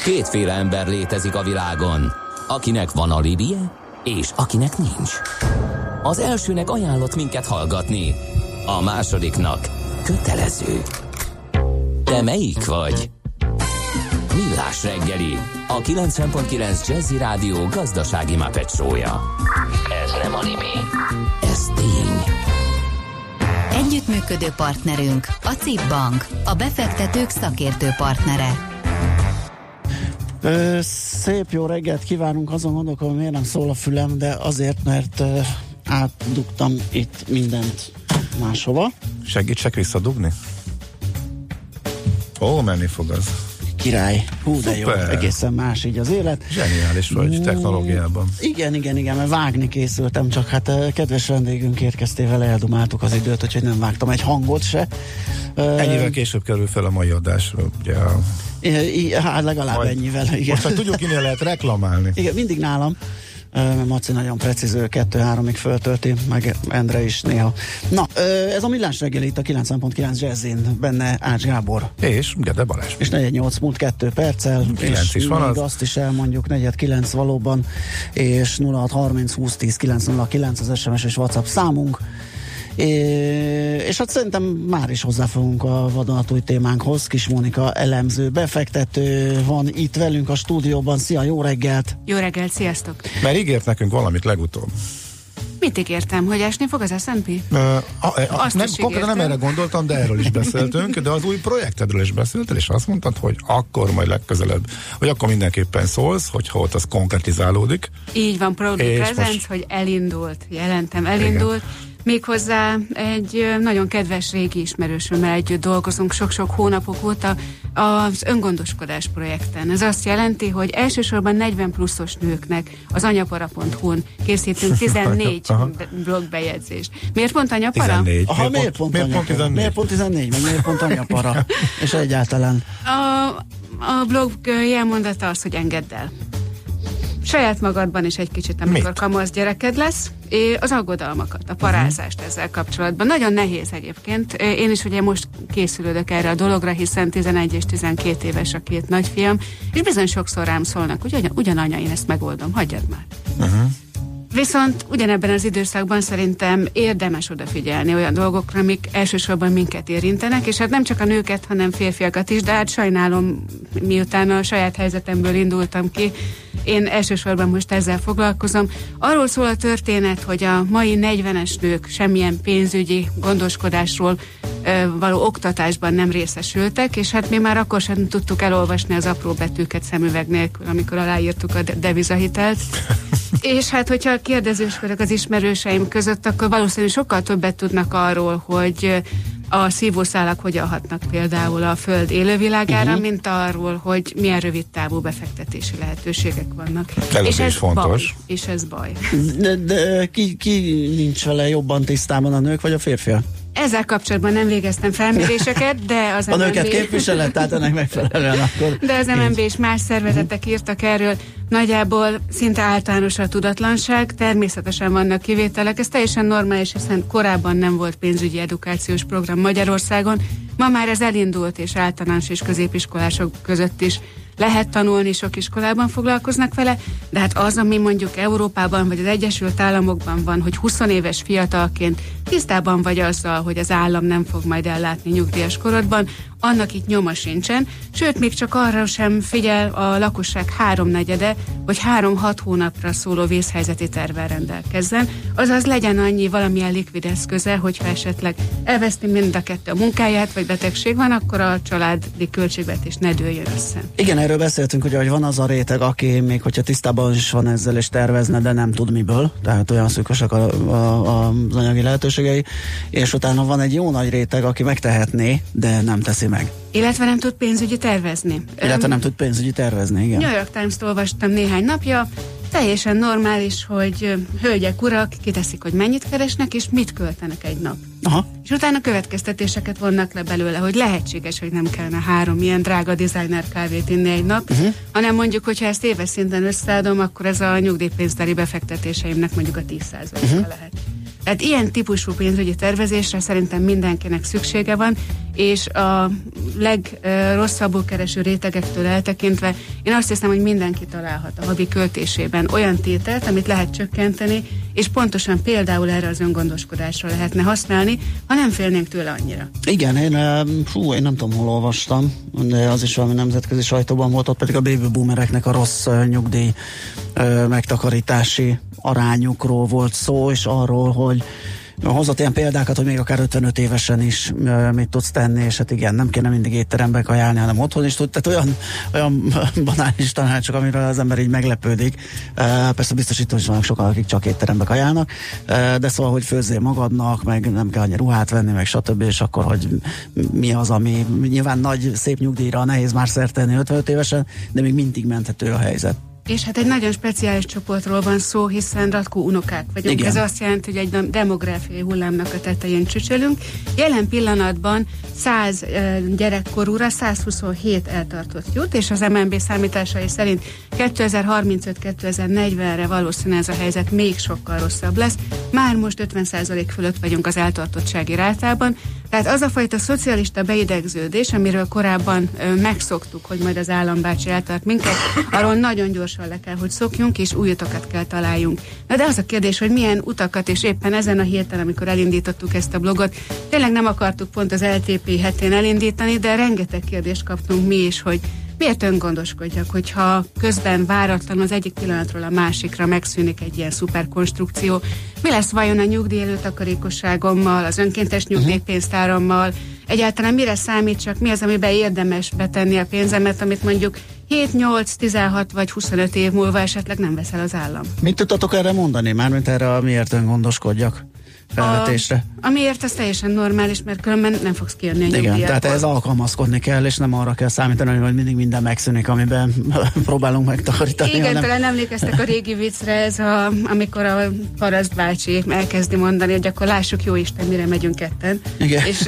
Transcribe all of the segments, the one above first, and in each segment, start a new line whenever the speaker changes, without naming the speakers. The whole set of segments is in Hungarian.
Kétféle ember létezik a világon, akinek van alibije, és akinek nincs. Az elsőnek ajánlott minket hallgatni, a másodiknak kötelező. Te melyik vagy? Millás reggeli, a 90.9 Jazzy Rádió gazdasági Muppet show-ja. Ez nem anime, ez tény.
Együttműködő partnerünk a CIP Bank, a befektetők szakértő partnere.
Szép jó reggelt kívánunk, azon gondolkodom, miért nem szól a fülem, de azért, mert átdugtam itt mindent máshova.
Segítsek visszadugni? Ó, menni fog az.
Király. Hú, de
szuper.
Jó, egészen más így az élet.
Zseniális vagy technológiában.
Igen, mert vágni készültem, csak hát kedves vendégünk érkeztével eldumáltuk az időt, úgyhogy nem vágtam egy hangot se.
Ennyivel később kerül fel a mai adás, ugye?
Hát legalább ennyivel, igen.
Most már tudjuk, kinél lehet reklamálni.
Igen, mindig nálam. Maci nagyon precíző, 2-3-ig föltölti, meg Endre is néha. Na, ez a Millás reggeli itt a 90.9 Jazzin, benne Ács Gábor.
És Gede Balázs.
És 4:08 múlt 2 perccel,
9
és
is van
még azt is elmondjuk, 4:09 valóban, és 0630 20 10 909 az SMS és WhatsApp számunk. És hát szerintem már is hozzáfogunk a vadonatúj témánkhoz. Kis Mónika elemző, befektető van itt velünk a stúdióban. Szia, jó reggelt!
Jó reggelt, sziasztok!
Mert ígért nekünk valamit legutóbb.
Mit ígértem, hogy esni fog az S&P?
Konkrétan nem erre gondoltam, de erről is beszéltünk, de az új projektedről is beszéltél, és azt mondtad, hogy akkor majd legközelebb, hogy akkor mindenképpen szólsz, hogyha ott az konkretizálódik.
Így van, Product Presence,
most...
hogy elindult, elindult. Igen. Méghozzá egy nagyon kedves régi ismerősömmel együtt dolgozunk sok-sok hónapok óta az öngondoskodás projekten. Ez azt jelenti, hogy elsősorban 40 pluszos nőknek az anyapara.hu-n készítünk 14 blogbejegyzést. Miért pont anyapara?
14.
Aha, miért pont 14? Miért pont 14, meg miért pont anyapara? És egyáltalán.
A blog jelmondata az, hogy engedd el. Saját magadban is egy kicsit, amikor kamasz gyereked lesz, az aggodalmakat, a parázást ezzel kapcsolatban. Nagyon nehéz egyébként. Én is ugye most készülődök erre a dologra, hiszen 11 és 12 éves a két nagyfiam, és bizony sokszor rám szólnak, hogy ugyan anya, én ezt megoldom, hagyjad már. Viszont ugyanebben az időszakban szerintem érdemes odafigyelni olyan dolgokra, amik elsősorban minket érintenek, és hát nem csak a nőket, hanem férfiakat is, de hát sajnálom, miután a saját helyzetemből indultam ki, én elsősorban most ezzel foglalkozom. Arról szól a történet, hogy a mai 40-es nők semmilyen pénzügyi gondoskodásról való oktatásban nem részesültek, és hát mi már akkor sem tudtuk elolvasni az apró betűket szemüveg nélkül, amikor aláírtuk a devizahitelt. És hát, hogyha kérdezősködök az ismerőseim között, akkor valószínűleg sokkal többet tudnak arról, hogy a szívószálak hogyan hatnak például a föld élővilágára, mint arról, hogy milyen rövid távú befektetési lehetőségek vannak.
És ez fontos.
Baj, és ez baj.
De ki nincs vele jobban tisztában, a nők vagy a férfiak?
Ezzel kapcsolatban nem végeztem felméréseket, de az
a nőket képviselet, tehát ennek megfelelően akkor.
De az MNB és más szervezetek írtak erről, nagyjából szinte általános a tudatlanság, természetesen vannak kivételek, ez teljesen normális, hiszen korábban nem volt pénzügyi edukációs program Magyarországon, ma már ez elindult, és általános és középiskolások között is lehet tanulni, sok iskolában foglalkoznak vele, de hát az, ami mondjuk Európában vagy az Egyesült Államokban van, hogy 20 éves fiatalként tisztában vagy azzal, hogy az állam nem fog majd ellátni nyugdíjas korodban, annak itt nyoma sincsen, sőt, még csak arra sem figyel a lakosság 3/4, hogy 3-6 hónapra szóló vészhelyzeti tervvel rendelkezzen, azaz legyen annyi valamilyen likvid eszköze, hogyha esetleg elveszti mind a kettő a munkáját, vagy betegség van, akkor a családi költségvetés ne dőljön össze.
Igen, erről beszéltünk, hogy van az a réteg, aki még hogyha tisztában is van ezzel és tervezne, de nem tud miből, tehát olyan szűkösek az anyagi lehetőségei, és utána van egy jó nagy réteg, aki megtehetné, de nem teszi meg.
Illetve nem tud pénzügyi tervezni. Igen. New York Times-t olvastam néhány napja, teljesen normális, hogy hölgyek, urak kiteszik, hogy mennyit keresnek, és mit költenek egy nap.
Aha.
És utána következtetéseket vonnak le belőle, hogy lehetséges, hogy nem kellene 3 ilyen drága designer kávét inni egy nap, hanem mondjuk, hogyha ezt éves szinten összeadom, akkor ez a nyugdíjpénztári befektetéseimnek mondjuk a 10%-a lehet. Tehát ilyen típusú pénzügyi tervezésre szerintem mindenkinek szüksége van, és a legrosszabbul kereső rétegektől eltekintve én azt hiszem, hogy mindenki találhat a havi költésében olyan tételt, amit lehet csökkenteni, és pontosan például erre az öngondoskodásra lehetne használni, ha nem félnénk tőle annyira.
Igen, én nem tudom, hol olvastam, de az is valami nemzetközi sajtóban volt, ott pedig a baby boomereknek a rossz nyugdíj megtakarítási arányukról volt szó, és arról, hogy hozott ilyen példákat, hogy még akár 55 évesen is mit tudsz tenni, és hát igen, nem kéne mindig étteremben kajálni, hanem otthon is tud. Tehát olyan banális tanácsok, amiről az ember így meglepődik. Persze biztosító is vannak sokan, akik csak étteremben kajálnak, de szóval, hogy főzzél magadnak, meg nem kell annyi ruhát venni, meg stb. És akkor, hogy mi az, ami nyilván nagy, szép nyugdíjra nehéz már szert tenni 55 évesen, de még mindig menthető a helyzet.
És hát egy nagyon speciális csoportról van szó, hiszen ratkó unokák vagyunk. Igen. Ez azt jelenti, hogy egy demográfiai hullámnak a tetején csücsölünk. Jelen pillanatban 100 gyerekkorúra 127 eltartott jut, és az MNB számításai szerint 2035-2040-re valószínűleg ez a helyzet még sokkal rosszabb lesz. Már most 50% fölött vagyunk az eltartottsági rátában. Tehát az a fajta szocialista beidegződés, amiről korábban megszoktuk, hogy majd az állambácsi eltart minket, arról nagyon gyorsan le kell, hogy szokjunk, és új utakat kell találjunk. Na de az a kérdés, hogy milyen utakat, és éppen ezen a héten, amikor elindítottuk ezt a blogot, tényleg nem akartuk pont az LTP hetén elindítani, de rengeteg kérdést kaptunk mi is, hogy miért öngondoskodjak, hogyha közben váratlan az egyik pillanatról a másikra megszűnik egy ilyen szuperkonstrukció. Mi lesz vajon a nyugdíj előtakarékosságommal, az önkéntes nyugdíjpénztárammal? Egyáltalán mire számítsak, mi az, amiben érdemes betenni a pénzemet, amit mondjuk 7, 8, 16 vagy 25 év múlva esetleg nem veszel az állam.
Mit tudtatok erre mondani? Mármint erre a miért öngondoskodjak felvetésre?
Amiért az teljesen normális, mert különben nem fogsz kijönni a nyugdíjat.
Igen, tehát ez alkalmazkodni kell, és nem arra kell számítani, hogy mindig minden megszűnik, amiben próbálunk megtakarítani.
Igen, talán emlékeztek a régi viccre, amikor a paraszt bácsi elkezdi mondani, hogy akkor lássuk, jó Isten, mire megyünk ketten. Igen. És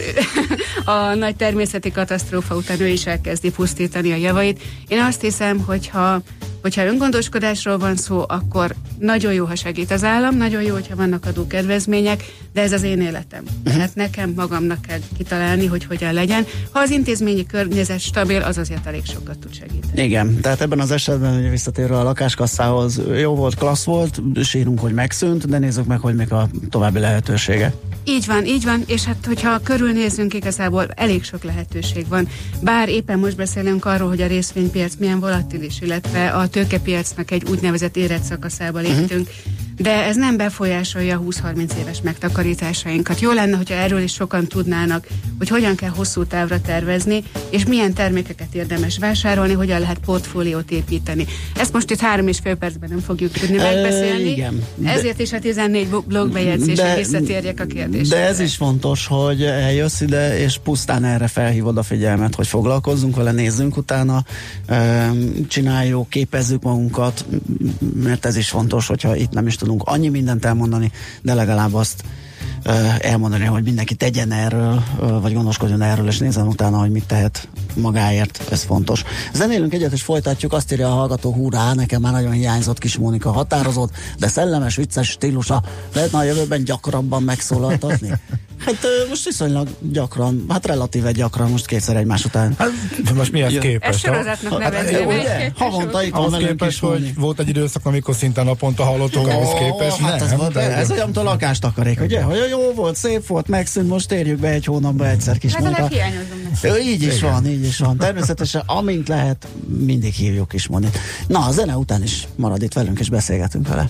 a nagy természeti katasztrófa után ő is elkezdi pusztítani a javait. Én azt hiszem, hogyha öngondoskodásról van szó, akkor nagyon jó, ha segít az állam, nagyon jó, hogyha vannak adókedvezmények, de ez az én életem. Tehát nekem magamnak kell kitalálni, hogy hogyan legyen. Ha az intézményi környezet stabil, az azért elég sokat tud segíteni.
Igen, tehát ebben az esetben, hogy visszatérve a lakáskasszához, jó volt, klassz volt, sírunk, hogy megszűnt, de nézzük meg, hogy mik a további lehetősége.
Így van, és hát hogyha körülnézzünk, igazából elég sok lehetőség van. Bár éppen most beszélünk arról, hogy a részvénypiac milyen volatilis, illetve a tőkepiacnak egy úgynevezett érett szakaszába léptünk, de ez nem befolyásolja a 20-30 éves megtakarításainkat. Jó lenne, hogyha erről is sokan tudnának, hogy hogyan kell hosszú távra tervezni, és milyen termékeket érdemes vásárolni, hogyan lehet portfóliót építeni. Ezt most itt 3,5 percben nem fogjuk tudni megbeszélni.
Igen.
Ezért is a 14 blogbejegyzésre visszatérjek a kérdésre.
De ez is fontos, hogy eljössz ide, és pusztán erre felhívod a figyelmet, hogy foglalkozzunk vele, nézzünk utána, csináljuk, képezzük magunkat, mert ez is fontos, hogyha itt nem is tudunk annyi mindent elmondani, de legalább azt elmondani, hogy mindenki tegyen erről, vagy gondoskodjon erről, és nézzen utána, hogy mit tehet magáért, ez fontos. Zenélünk egyet, és folytatjuk, azt írja a hallgató, hurrá, nekem már nagyon hiányzott Kis Mónika, határozott, de szellemes, vicces stílusa, lehetne a jövőben gyakrabban megszólaltatni? Hát most viszonylag gyakran, hát relatíve gyakran, most kétszer egymás után.
Hát most mihez képest?
Ez sorozatnak nevezném.
Havonta itt van velünk
képest, hogy volt egy időszak, amikor szinte naponta hallottuk, ahhoz képest.
Hát ez olyan, mint a lakástakarék, ugye? Hogy jó volt, szép volt, megszűnt, most térjük be egy hónapba egyszer, Kis Mónika. Így is van. Természetesen, amint lehet, mindig hívjuk Kis Mónikát. Na, a zene után is marad itt velünk, és beszélgetünk vele.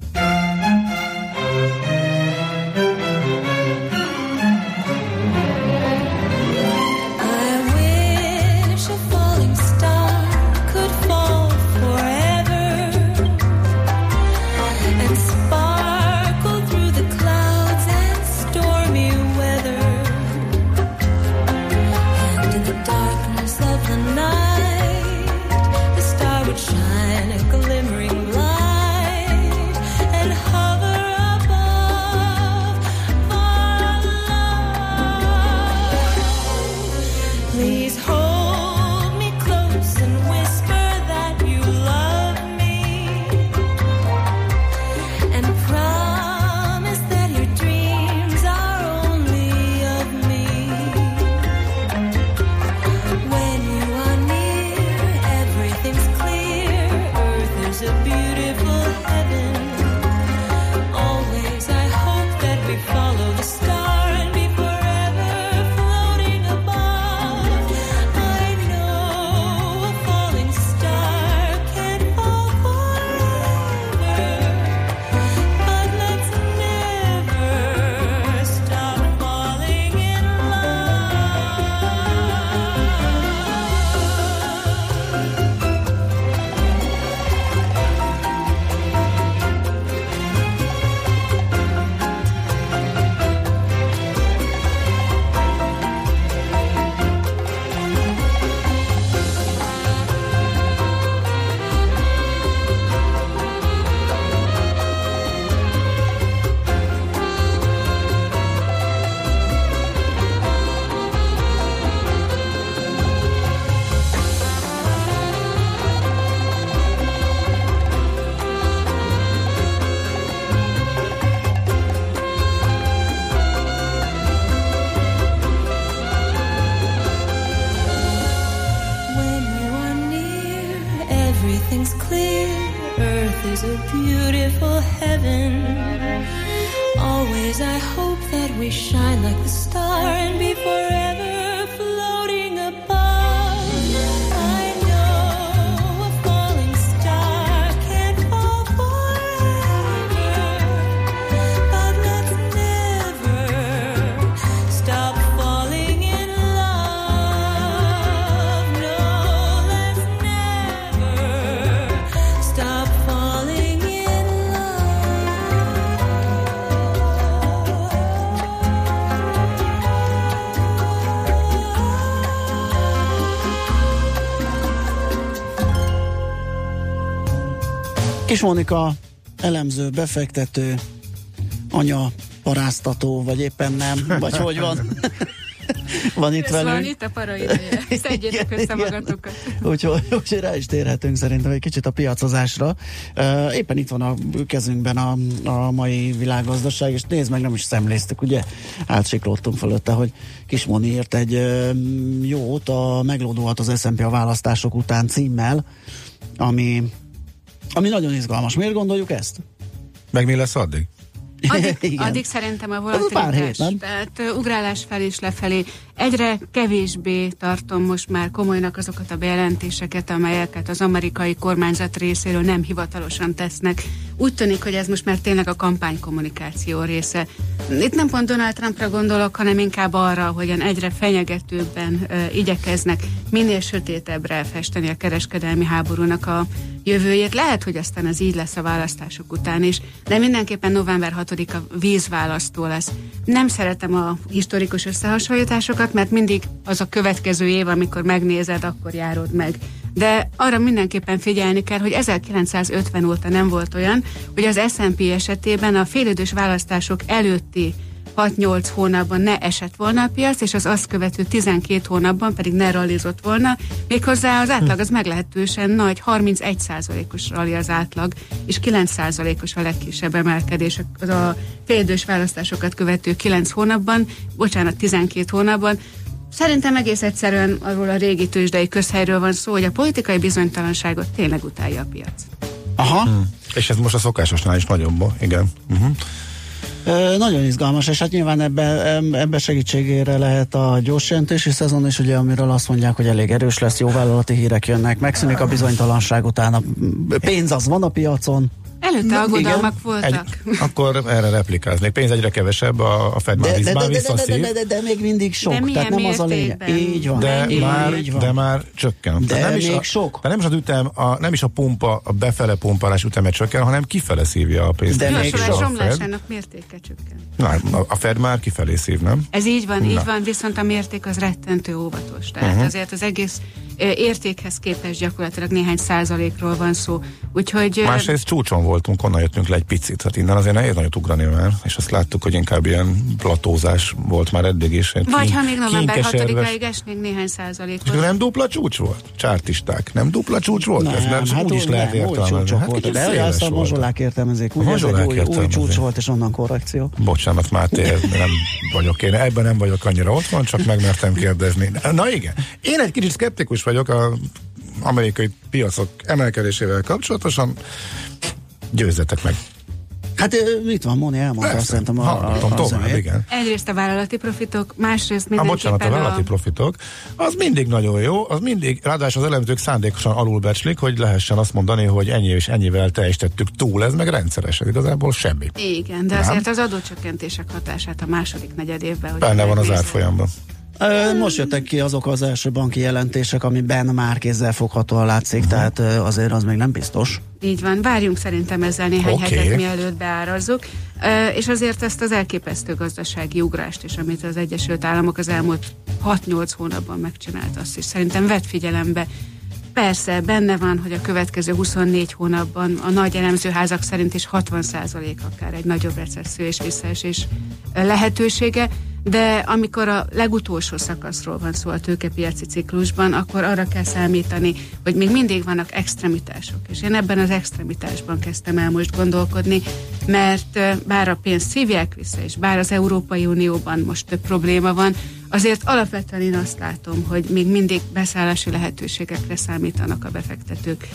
Shine a glimmering light and dream everything's clear. Earth is a beautiful heaven. Always I hope that we shine like the star and be forever floating above. I know a falling star can't fall forever, but let's never stop falling in love. No, let's never stop falling in
Kis Monika, elemző, befektető, anya, paráztató, vagy éppen nem, vagy hogy van? Van itt velünk.
Van itt a para ideje. Szedjétek össze magatokat.
Úgyhogy rá is térhetünk szerintem egy kicsit a piacozásra. Éppen itt van a kezünkben a mai világgazdaság, és nézd meg, nem is szemléztük, ugye? Átsiklottunk fölötte, hogy Kismoni írt egy jót, meglódulhat az S&P a választások után címmel, ami nagyon izgalmas. Miért gondoljuk ezt?
Meg mi lesz addig?
Addig szerintem a volatilitás, tehát ugrálás fel és lefelé. Egyre kevésbé tartom most már komolynak azokat a bejelentéseket, amelyeket az amerikai kormányzat részéről nem hivatalosan tesznek. Úgy tűnik, hogy ez most már tényleg a kampánykommunikáció része. Itt nem pont Donald Trumpra gondolok, hanem inkább arra, hogyan egyre fenyegetőbben igyekeznek minél sötétebbre festeni a kereskedelmi háborúnak a jövőjét. Lehet, hogy aztán ez így lesz a választások után is, de mindenképpen november 6-a vízválasztó lesz. Nem szeretem a historikus összehasonlításokat, mert mindig az a következő év, amikor megnézed, akkor járod meg. De arra mindenképpen figyelni kell, hogy 1950 óta nem volt olyan, hogy az S&P esetében a félidős választások előtti 6-8 hónapban ne esett volna a piac, és az azt követő 12 hónapban pedig ne rallizott volna. Méghozzá az átlag az meglehetősen nagy, 31%-os rally az átlag, és 9%-os a legkisebb emelkedés az a félidős választásokat követő 9 hónapban, 12 hónapban. Szerintem egész egyszerűen arról a régi tőzsdei közhelyről van szó, hogy a politikai bizonytalanságot tényleg utálja a piac.
Aha.
És ez most a szokásosnál is nagyobb, igen.
Nagyon izgalmas, és hát nyilván ebbe segítségére lehet a gyors jelentési szezon is, ugye, amiről azt mondják, hogy elég erős lesz, jó vállalati hírek jönnek, megszűnik a bizonytalanság után, a pénz az van a piacon.
Előtte aggodalmak voltak.
Akkor erre replikáznék. Pénz egyre kevesebb, a Fed már visszaszív.
De még mindig sok, tehát nem az a lényeg. Így van.
De már csökken.
De még sok.
De nem is az ütem, nem is a pumpa, a befele pumpálás üteme csökken, hanem kifele szívja a pénzt.
De még sok.
Romlásának mértéke csökken.
Na, a Fed már kifelé szív, nem?
Ez így van, viszont a mérték az rettentő óvatos. Tehát azért az egész értékhez képest gyakorlatilag néhány százalékról van szó. Úgyhogy...
Másrészt csúcson voltunk, onnan jöttünk le egy picit. Hát innen azért nehéz nagyot ugrani már, és azt láttuk, hogy inkább ilyen platózás volt már eddig is.
Vagy ha még november 6-áig esnénk néhány százalékot.
És nem dupla csúcs volt? Csártisták. Nem dupla csúcs volt?
Nem,
ez nem,
hát
úgy is lehet értelmezni. Hát
de azt a mazsolák értelmezik. Úgy ez egy új csúcs volt, és onnan korrekció.
Bocsánat, Máté, nem vagyok én. Ebben nem vagyok annyira otthon, csak megmertem kérdezni. Na igen. Én egy kicsit szkeptikus vagyok a amerikai piacok emelkedésével kapcsolatosan. Győzzetek meg.
Hát itt van, Móni elmondta, szerintem
igen.
Egyrészt a vállalati profitok, másrészt mindenképpen
a vállalati profitok, az mindig nagyon jó, az mindig, ráadásul az elemzők szándékosan alulbecslik, hogy lehessen azt mondani, hogy ennyi és ennyivel teljesítettük túl, ez meg rendszeres, ez igazából semmi.
Igen, de azért az adócsökkentések hatását a második negyedévben.
Benne van az árfolyamban.
Most jöttek ki azok az első banki jelentések, amiben már kézzelfoghatóan látszik, tehát azért az még nem biztos.
Így van, várjunk szerintem ezzel néhány hetet, mielőtt beárazzuk, és azért ezt az elképesztő gazdasági ugrást is, amit az Egyesült Államok az elmúlt 6-8 hónapban megcsinált, azt is szerintem vett figyelembe. Persze, benne van, hogy a következő 24 hónapban a nagy elemzőházak szerint is 60% akár egy nagyobb recesszió és visszaesés lehetősége, de amikor a legutolsó szakaszról van szó a tőkepiaci ciklusban, akkor arra kell számítani, hogy még mindig vannak extremitások. És én ebben az extremitásban kezdtem el most gondolkodni, mert bár a pénzt szívják vissza, és bár az Európai Unióban most több probléma van, azért alapvetően én azt látom, hogy még mindig beszállási lehetőségekre számítanak a befektetők.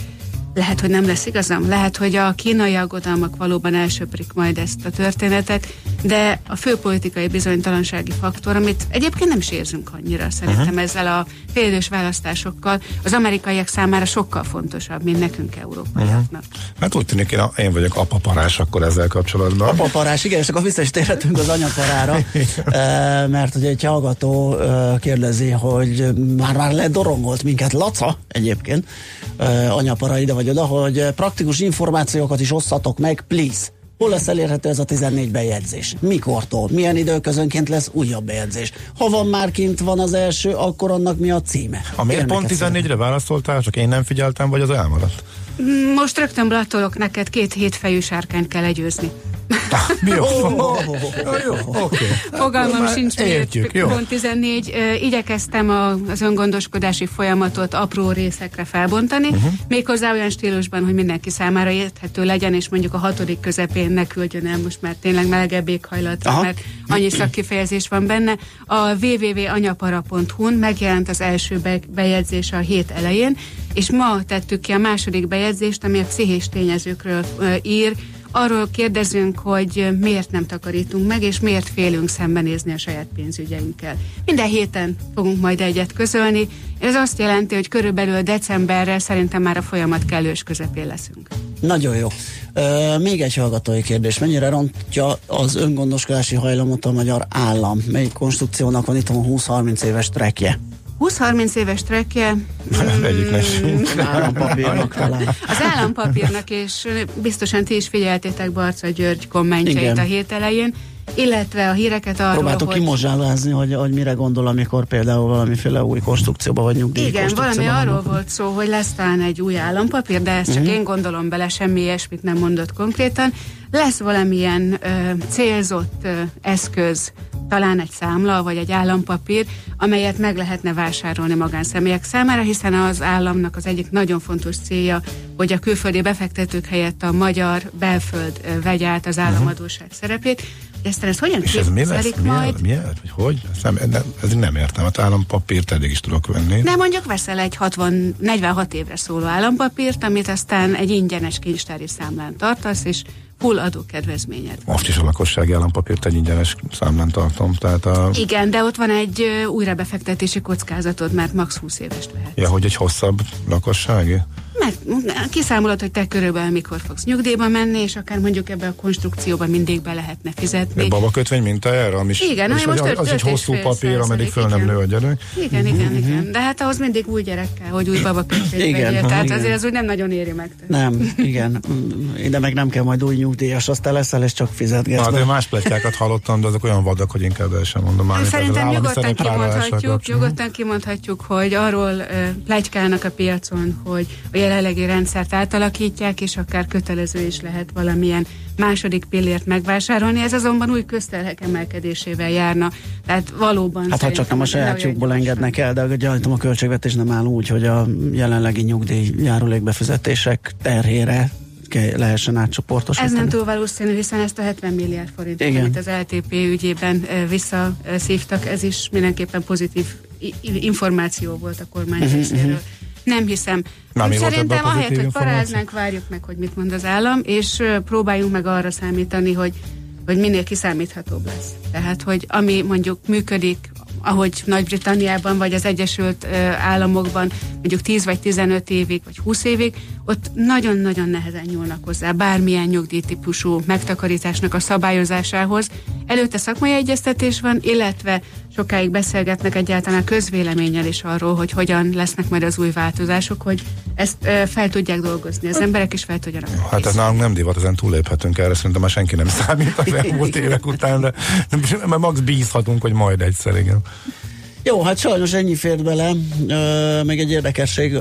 Lehet, hogy nem lesz igazam, lehet, hogy a kínai aggodalmak valóban elsöprik majd ezt a történetet, de a fő politikai bizonytalansági faktor, amit egyébként nem is érzünk annyira, szerintem ezzel a félidős választásokkal, az amerikaiak számára sokkal fontosabb, mint nekünk európaiaknak.
Hát úgy tűnik, én vagyok apaparás akkor ezzel kapcsolatban.
Apaparás, igen, és akkor vissza is térhetünk az anyaparára, mert ugye egy hallgató kérdezi, hogy már ledorongolt minket Laca egyébként, anyapara ide vagy oda, hogy praktikus információkat is osszatok meg, please. Hol lesz elérhető ez a 14 bejegyzés? Mikortól? Milyen időközönként lesz újabb bejegyzés? Ha van már kint van az első, akkor annak mi a címe?
A miért pont 14-re válaszoltál, csak én nem figyeltem, vagy az elmaradt?
Most rögtön blattolok neked, 2 hétfejű sárkányt kell legyőzni.
Jó, oké.
Fogalmam sincs,
értjük, jó.
pont 14. Igyekeztem az öngondoskodási folyamatot apró részekre felbontani, méghozzá olyan stílusban, hogy mindenki számára érthető legyen, és mondjuk a 6. közepén ne küldjön el most már tényleg melegebb éghajlatra, mert annyi szakkifejezés van benne. A www.anyapara.hu-n megjelent az első bejegyzés a hét elején, és ma tettük ki a második bejegyzést, ami a pszichés tényezőkről ír. Arról kérdezünk, hogy miért nem takarítunk meg, és miért félünk szembenézni a saját pénzügyeinkkel. Minden héten fogunk majd egyet közölni. Ez azt jelenti, hogy körülbelül decemberre szerintem már a folyamat kellős közepén leszünk.
Nagyon jó. Még egy hallgatói kérdés. Mennyire rontja az öngondoskodási hajlamot a magyar állam? Melyik konstrukciónak van itt a 20-30 éves trekje?
20-30 éves trekje.
Egyiknek sincs.
Állampapírnak talán.
Az állampapírnak, és biztosan ti is figyeltétek Barca György kommentjeit a hét elején, illetve a híreket arról,
próbáltuk kimozsálázni, hogy mire gondol, amikor például valamiféle új konstrukcióba vagy nyugdíj konstrukcióba.
Igen, valami arról volt szó, hogy lesz talán egy új állampapír, de ezt csak én gondolom bele, semmi ilyesmit nem mondott konkrétan. Lesz valamilyen célzott eszköz, talán egy számla, vagy egy állampapír, amelyet meg lehetne vásárolni magánszemélyek számára, hiszen az államnak az egyik nagyon fontos célja, hogy a külföldi befektetők helyett a magyar belföld vegye át az államadósság szerepét. Aztán ez hogyan képzelik majd?
Miért? Hogy? Ez nem értem. Hát állampapírt eddig is tudok venni.
De mondjuk veszel egy 46 évre szóló állampapírt, amit aztán egy ingyenes kincstári számlán tartasz, és full adókedvezményed.
Most is a lakossági állampapírt egy ingyenes számlán tartom. Tehát
igen, de ott van egy újrabefektetési kockázatod, mert max 20 évest vehetsz.
Ja, hogy egy hosszabb lakossági?
Mert kiszámolod, hogy te körülbelül mikor fogsz nyugdíjba menni, és akár mondjuk ebbe a konstrukcióba mindig be lehetne fizetni.
Egy babakötvény mintájára? Igen, az egy hosszú papír, ameddig föl nem nő a gyerek.
Igen. De hát ahhoz mindig új gyerek kell, hogy új babakötvény vegyél. Tehát azért az úgy nem nagyon éri meg.
Nem, igen. Ide meg nem kell majd új nyugdíjas, aztán leszel, és csak fizetgetsz.
Azért más pletyákat hallottam, de azok olyan vadak, hogy inkább el sem mondom már.
Szerintem nyugodtan kimondhatjuk, hogy arról pletykálnak a piacon, hogy a jelenlegi rendszert átalakítják, és akár kötelező is lehet valamilyen második pillért megvásárolni. Ez azonban új közterhek emelkedésével járna. Tehát valóban
hát ha csak nem a sajátjukból engednek el, de gyanítom a költségvetés nem áll úgy, hogy a jelenlegi nyugdíj járulékbefizetések terhére lehessen átcsoportosítani.
Ez nem túl valószínű, hiszen ezt a 70 milliárd forintot, amit az LTP ügyében visszaszívtak, ez is mindenképpen pozitív információ volt a kormány részéről. Nem hiszem. Szerintem ahelyett, hogy paráznánk, várjuk meg, hogy mit mond az állam, és próbáljunk meg arra számítani, hogy minél kiszámíthatóbb lesz. Tehát, hogy ami mondjuk működik, ahogy Nagy-Britanniában vagy az Egyesült Államokban mondjuk 10 vagy 15 évig, vagy 20 évig, ott nagyon-nagyon nehezen nyúlnak hozzá bármilyen nyugdíjtípusú megtakarításnak a szabályozásához. Előtte szakmai egyeztetés van, illetve sokáig beszélgetnek egyáltalán közvéleménnyel is arról, hogy hogyan lesznek majd az új változások, hogy ezt fel tudják dolgozni, az emberek is fel tudjanak.
Hát ez nálunk nem divat, ezen túlléphetünk erre, szerintem már senki nem számít az elmúlt évek után, de max bízhatunk, hogy majd egyszer, igen.
Jó, hát sajnos ennyi fért bele. Még egy érdekesség,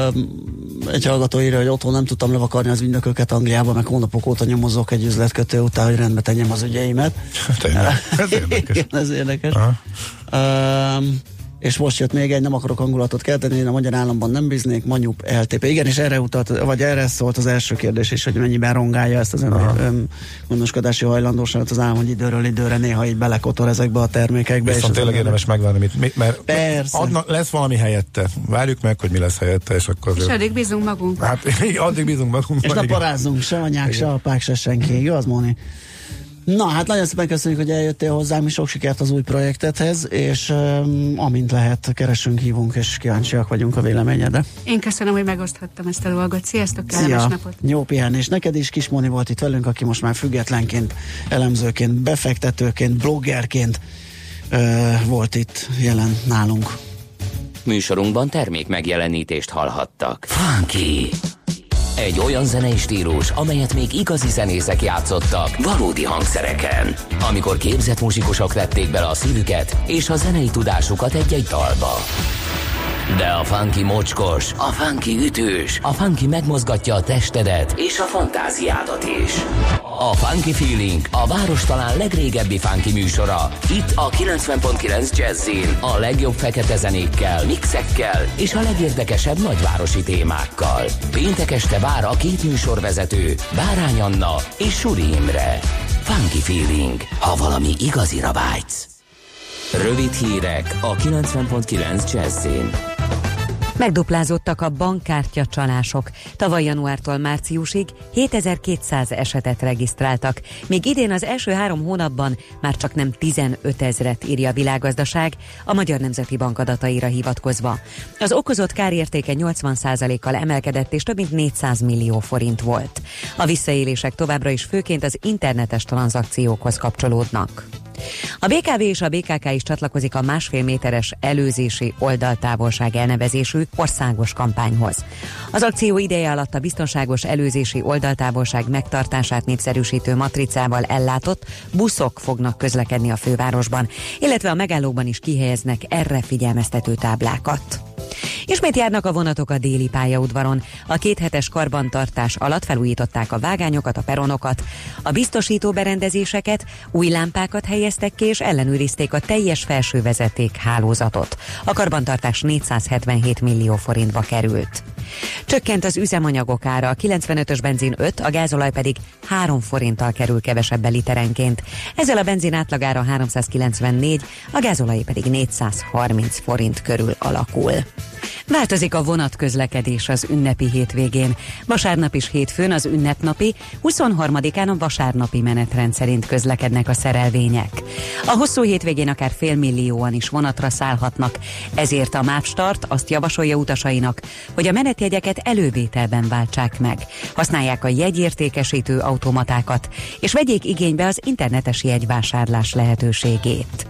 egy hallgató írja, hogy otthon nem tudtam levakarni az ügynököket Angliában, meg hónapok óta nyomozok egy üzletkötő után, hogy rendbe tenjem az ügyeimet.
Tényleg, ez érdekes.
Igen, ez érdekes. És most jött még egy, nem akarok hangulatot kelteni, én a magyar államban nem bíznék, Manyup LTP. Igen, és erre utalt, vagy erre szólt az első kérdés is, hogy mennyiben rongálja ezt az gondoskodási hajlandóságot az állam, hogy időről időre néha így belekotor ezekbe a termékekbe.
Viszont tényleg érdemes megvárni, mert
persze.
Lesz valami helyette. Várjuk meg, hogy mi lesz helyette, és akkor...
És addig bízunk magunk.
Hát addig bízunk magunk.
És ne parázzunk, se anyák, se apák, se senki. Jó, az Móni? Na, hát nagyon szépen köszönjük, hogy eljöttél hozzánk, mi sok sikert az új projektethez, és amint lehet, keresünk, hívunk, és kíváncsiak vagyunk a véleményedre.
Én köszönöm, hogy megoszthattam ezt a dolgot. Sziasztok, kellemes napot!
Jó pihenés neked is, Kis Móni volt itt velünk, aki most már függetlenként, elemzőként, befektetőként, bloggerként volt itt jelen nálunk.
Műsorunkban termék megjelenítést hallhattak. Funky! Egy olyan zenei stílus, amelyet még igazi zenészek játszottak valódi hangszereken. Amikor képzett muzsikusok vették bele a szívüket és a zenei tudásukat egy-egy dalba. De a funky mocskos, a funky ütős, a funky megmozgatja a testedet és a fantáziádat is. A Funky Feeling, a város talán legrégebbi funky műsora. Itt a 90.9 Jazzin a legjobb fekete zenékkel, mixekkel és a legérdekesebb nagyvárosi témákkal. Péntek este vár a két műsorvezető, Bárány Anna és Suri Imre. Funky Feeling, ha valami igazira vágysz. Rövid hírek a 90.9 Jazzin.
Megduplázódtak a bankkártya csalások. Tavaly januártól márciusig 7200 esetet regisztráltak, míg idén az első 3 hónapban már csak nem 15 000-et, írja a Világgazdaság a Magyar Nemzeti Bank adataira hivatkozva. Az okozott kárértéke 80%-kal emelkedett, és több mint 400 millió forint volt. A visszaélések továbbra is főként az internetes tranzakciókhoz kapcsolódnak. A BKV és a BKK is csatlakozik a 1,5 méteres előzési oldaltávolság elnevezésű országos kampányhoz. Az akció ideje alatt a biztonságos előzési oldaltávolság megtartását népszerűsítő matricával ellátott buszok fognak közlekedni a fővárosban, illetve a megállókban is kihelyeznek erre figyelmeztető táblákat. Ismét járnak a vonatok a déli pályaudvaron. A 2 hetes karbantartás alatt felújították a vágányokat, a peronokat, a biztosító berendezéseket, új lámpákat helyeztek ki, és ellenőrizték a teljes felsővezeték hálózatot. A karbantartás 477 millió forintba került. Csökkent az üzemanyagok ára, a 95-ös benzin 5, a gázolaj pedig 3 forinttal kerül kevesebbe literenként. Ezzel a benzin átlagára 394, a gázolaj pedig 430 forint körül alakul. Változik a vonatközlekedés az ünnepi hétvégén. Vasárnap és hétfőn az ünnepnapi, 23-án a vasárnapi menetrend szerint közlekednek a szerelvények. A hosszú hétvégén akár 500 000-an is vonatra szállhatnak, ezért a MÁV Start azt javasolja utasainak, hogy a menetjegyeket elővételben váltsák meg. Használják a jegyértékesítő automatákat, és vegyék igénybe az internetes jegyvásárlás lehetőségét.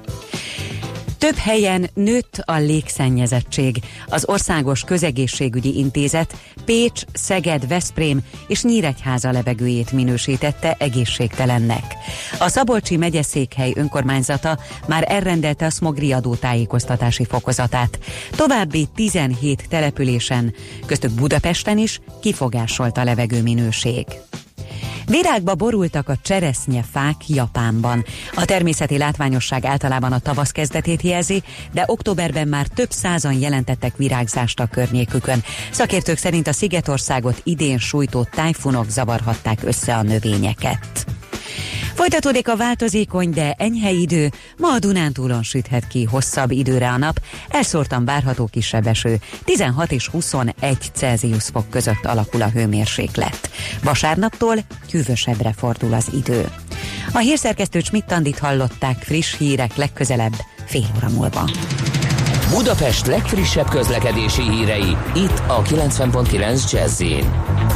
Több helyen nőtt a légszennyezettség. Az Országos Közegészségügyi Intézet Pécs, Szeged, Veszprém és Nyíregyháza levegőjét minősítette egészségtelennek. A Szabolcsi megyeszékhely önkormányzata már elrendelte a szmogriadó tájékoztatási fokozatát. További 17 településen, köztük Budapesten is kifogásolt a levegőminőség. Virágba borultak a cseresznyefák Japánban. A természeti látványosság általában a tavasz kezdetét jelzi, de októberben már több százan jelentettek virágzást a környékükön. Szakértők szerint a szigetországot idén sújtó tájfunok zavarhatták össze a növényeket. Folytatódik a változékony, de enyhe idő, ma a Dunántúlon süthet ki hosszabb időre a nap, elszórtan várható kisebb eső, 16 és 21 Celsius fok között alakul a hőmérséklet. Vasárnaptól hűvösebbre fordul az idő. A hírszerkesztő Schmidt-Andit hallották, friss hírek legközelebb fél óra múlva.
Budapest legfrissebb közlekedési hírei, itt a 90.9 Jazzin.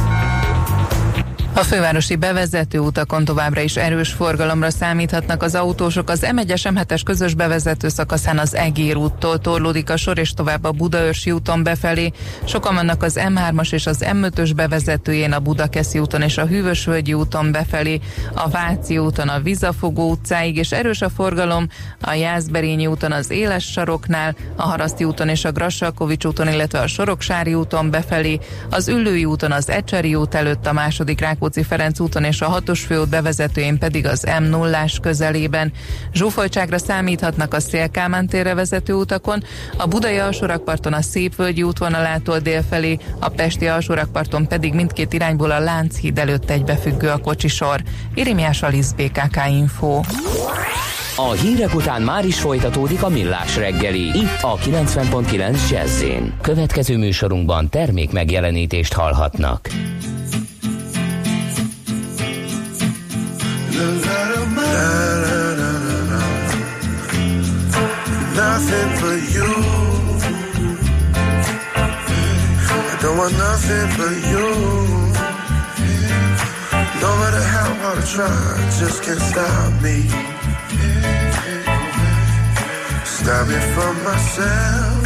A fővárosi bevezető utakon továbbra is erős forgalomra számíthatnak az autósok. Az M1-es M7-es közös bevezető szakaszán az Egér úttól torlódik a sor, és tovább a Budaörsi úton befelé. Sokan vannak az M3-as és az M5-ös bevezetőjén, a Budakeszi úton és a Hűvösvölgyi úton befelé, a Váci úton a Vizafogó utcáig, és erős a forgalom a Jászberényi úton az Éles saroknál, a Haraszti úton és a Grassalkovics úton, illetve a Soroksári úton befelé, az Üllői úton az Ecseri út előtt, a második Rákóczi-Ferenc úton és a 6-os főút bevezetőjén pedig az M0-ás közelében. Zsúfoltságra számíthatnak a Széll-Kálmán térre vezető utakon, a budai alsórakparton a Szépvölgyi útvonalától délfelé, a pesti alsórakparton pedig mindkét irányból a Lánchíd előtt egybefüggő a kocsisor. Irimiás Alisz, BKK Info.
A hírek után már is folytatódik a Millás reggeli, itt a 90.9 Jazz-én. Következő műsorunkban termék megjelenítést hallhatnak.
Nothing but you. I don't want nothing but you. No matter how hard I try, just can't stop me. Stop me from myself.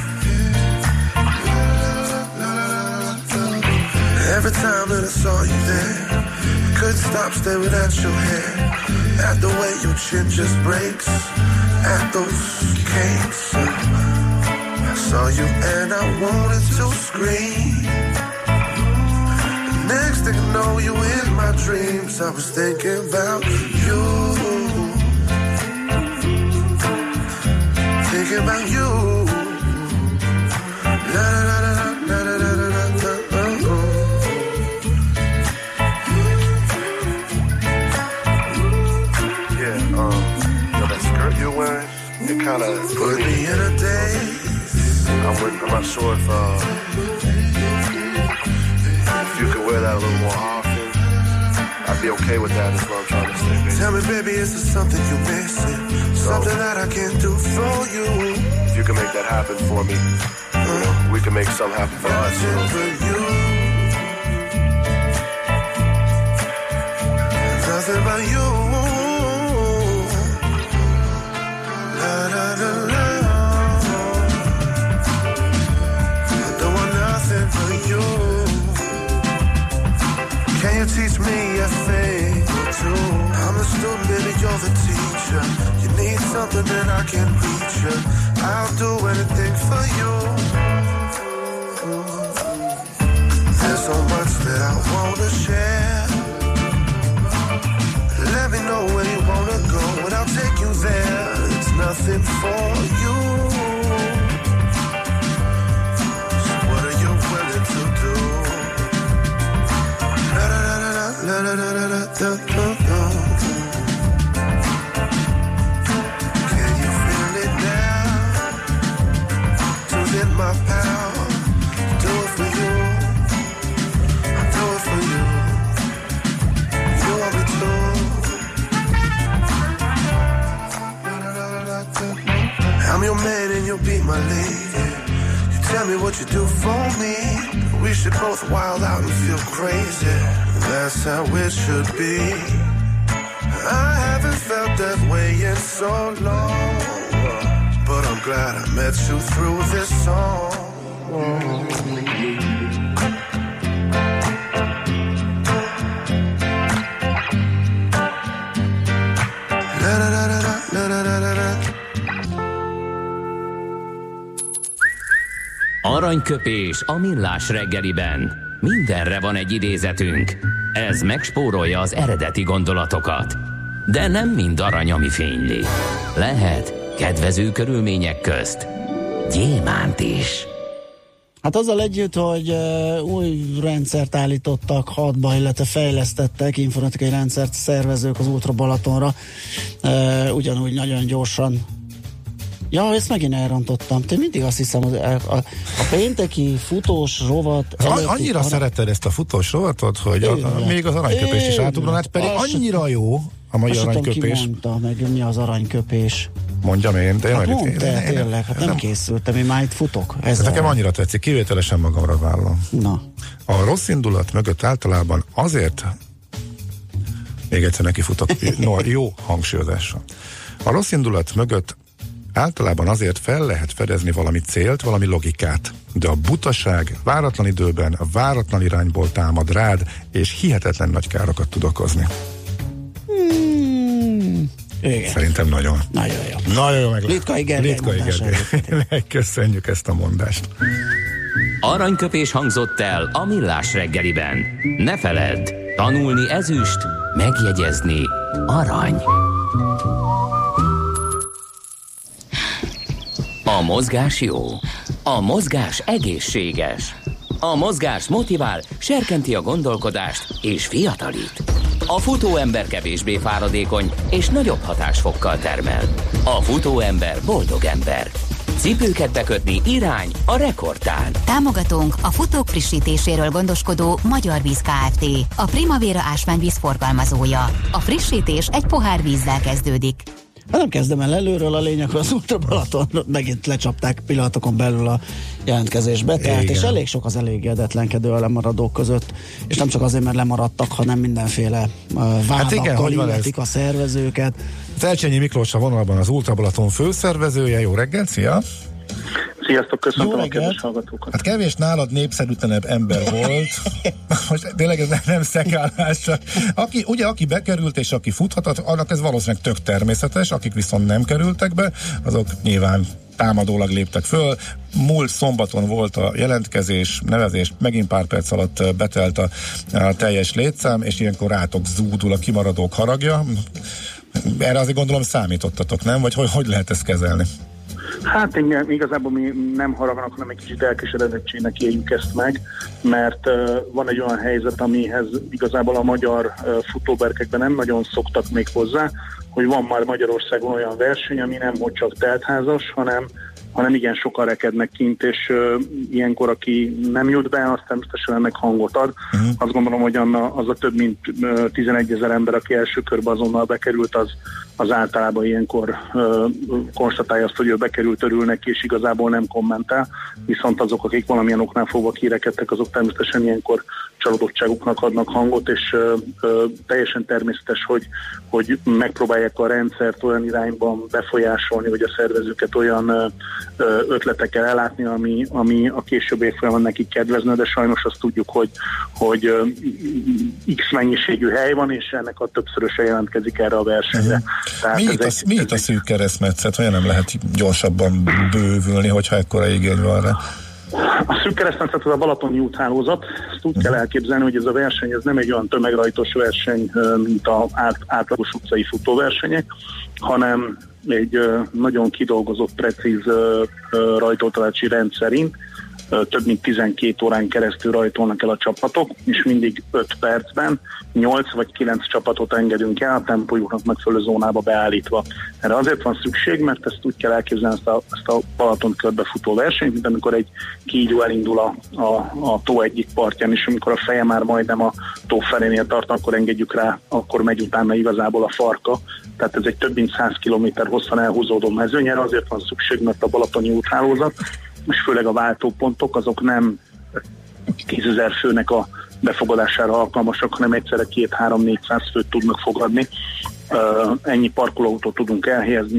Every time that I saw you there, I couldn't stop staring at your hair, at the way your chin just breaks, at those cakes. I saw you and I wanted to scream. Next thing I know, you in my dreams. I was thinking about you, thinking about you. La la la la la la la la la. Yeah, that skirt you're wearing, it kind of put me in a daze. I'm not sure if you could wear that a little more often. I'd be okay with that, is what I'm trying to say, baby. Tell me, baby, is there something you're missing? Something that I can do for you? If you can make that happen for me, you know, we can make something happen for us. For you. Nothing but you. La la la la. I don't want nothing but you. Can you teach me a thing or two? I'm the student, baby, you're the teacher. You need something, then I can reach you. I'll do anything for you. There's so much that I wanna share. Let me know where you wanna go, and I'll take you there. It's nothing for you. So what are you willing to do? La la la la la la la la la la. Can you feel it now? Two's in my power. Do it for you. I'll do it for you. You want me to? I'm your man and you'll be my lady. You tell me what you do for me. We should both wild out and feel crazy. That's how it should be. I haven't felt that way in so long, but I'm glad I met you through this song. La la la la la la la la.
Aranyköpés a Millás reggeliben. Mindenre van egy idézetünk. Ez megspórolja az eredeti gondolatokat. De nem mind arany, ami fényli. Lehet kedvező körülmények közt gyémánt is.
Hát azzal együtt, hogy új rendszert állítottak hadba, illetve fejlesztettek informatikai rendszert szervezők az Ultra Balatonra, ugyanúgy nagyon gyorsan. Ja, ezt megint elrontottam. Te mindig azt hiszem, hogy a pénteki futós rovat...
Annyira szereted ezt a futós rovatot, hogy még az aranyköpést is átugranát, pedig annyira jó a mai aranyköpés.
Ki mondta meg, mi az aranyköpés.
Mondjam én, de
hát mondd el, tényleg, hát nem készültem, én már itt futok.
Nekem annyira tetszik, kivételesen magamra vállalom.
Na.
A rossz indulat mögött általában azért, még egyszer neki futok, jó hangsúlyozással. A rossz indulat mögött általában azért fel lehet fedezni valami célt, valami logikát, de a butaság váratlan időben, váratlan irányból támad rád, és hihetetlen nagy károkat tud okozni.
Igen.
Szerintem nagyon.
Nagyon jó.
Nagyon jó meg.
Litkai Gergely.
Köszönjük ezt a mondást.
Aranyköpés hangzott el a Millás reggeliben. Ne feledd, Tanulni ezüst, megjegyezni arany. A mozgás jó, a mozgás egészséges, a mozgás motivál, serkenti a gondolkodást és fiatalít. A futóember kevésbé fáradékony és nagyobb hatásfokkal termel. A futóember boldog ember. Cipőket bekötni irány a rekordtán.
Támogatónk a futók frissítéséről gondoskodó Magyar Víz Kft. A Primavera ásványvíz forgalmazója. A frissítés egy pohár vízzel kezdődik.
Hát nem kezdem el előről, a lényeg, az Ultra Balaton megint lecsapták pillanatokon belül a jelentkezés betelt, és elég sok az elégedetlenkedő a lemaradók között, és nem csak azért, mert lemaradtak, hanem mindenféle vádakkal illetik a szervezőket.
Felcsényi Miklós a vonalban, az Ultra Balaton főszervezője. Jó reggelt, szia!
Sziasztok, köszöntöm a kedves hallgatókat.
Hát kevés nálad népszerűtlenebb ember volt. Most tényleg ez nem szekálás, csak aki bekerült és aki futhatott, annak ez valószínűleg tök természetes, akik viszont nem kerültek be, azok nyilván támadólag léptek föl. Múlt szombaton volt a jelentkezés, nevezés, megint pár perc alatt betelt a teljes létszám, és ilyenkor rátok zúdul a kimaradók haragja. Erre azért gondolom számítottatok, nem? Vagy hogy lehet ezt kezelni?
Hát igazából mi nem haragnak, hanem egy kicsit elkeseredettségnek éljük ezt meg, mert van egy olyan helyzet, amihez igazából a magyar futóberkekben nem nagyon szoktak még hozzá, hogy van már Magyarországon olyan verseny, ami nem hogy csak teltházas, hanem igen sokan rekednek kint, és ilyenkor, aki nem jut be, azt természetesen ennek hangot ad. Azt gondolom, hogy az a több mint 11 000 ember, aki első körbe azonnal bekerült, az általában ilyenkor konstatálja azt, hogy ő bekerült, örülnek, és igazából nem kommentál, viszont azok, akik valamilyen oknál fogva kirekedtek, azok természetesen ilyenkor csalódottságuknak adnak hangot, és teljesen természetes, hogy megpróbálják a rendszert olyan irányban befolyásolni, vagy a szervezőket olyan ötletekkel ellátni, ami a későbbi évfolyamon nekik kedvezne, de sajnos azt tudjuk, hogy X mennyiségű hely van, és ennek a többszöröse jelentkezik erre a versenyre.
Mi itt a szűk keresztmetszet? Olyan nem lehet gyorsabban bővülni, hogyha ekkora igény van rá?
A szűk keresztmetszet az a balatoni úthálózat. Ezt úgy kell elképzelni, hogy ez a verseny ez nem egy olyan tömegrajtos verseny, mint az átlagos utcai futóversenyek, hanem egy nagyon kidolgozott, precíz rajtoltatási rendszerint több mint 12 órán keresztül rajtolnak el a csapatok, és mindig 5 percben 8 vagy 9 csapatot engedünk el a tempójuknak megfelelő zónába beállítva. Erre azért van szükség, mert ezt úgy kell elképzelni ezt a Balaton körbefutó versenyt, mint amikor egy kígyó elindul a tó egyik partján, és amikor a feje már majdnem a tó felénél tart, akkor engedjük rá, akkor megy utána igazából a farka. Tehát ez egy több mint 100 km hosszan elhúzódó mezőny, erre azért van szükség, mert a balatoni úthálózat, és főleg a váltópontok, azok nem 10 000 főnek a befogadására alkalmasak, hanem egyszerre 200-300-400 főt tudnak fogadni. Ennyi parkolóautót tudunk elhelyezni,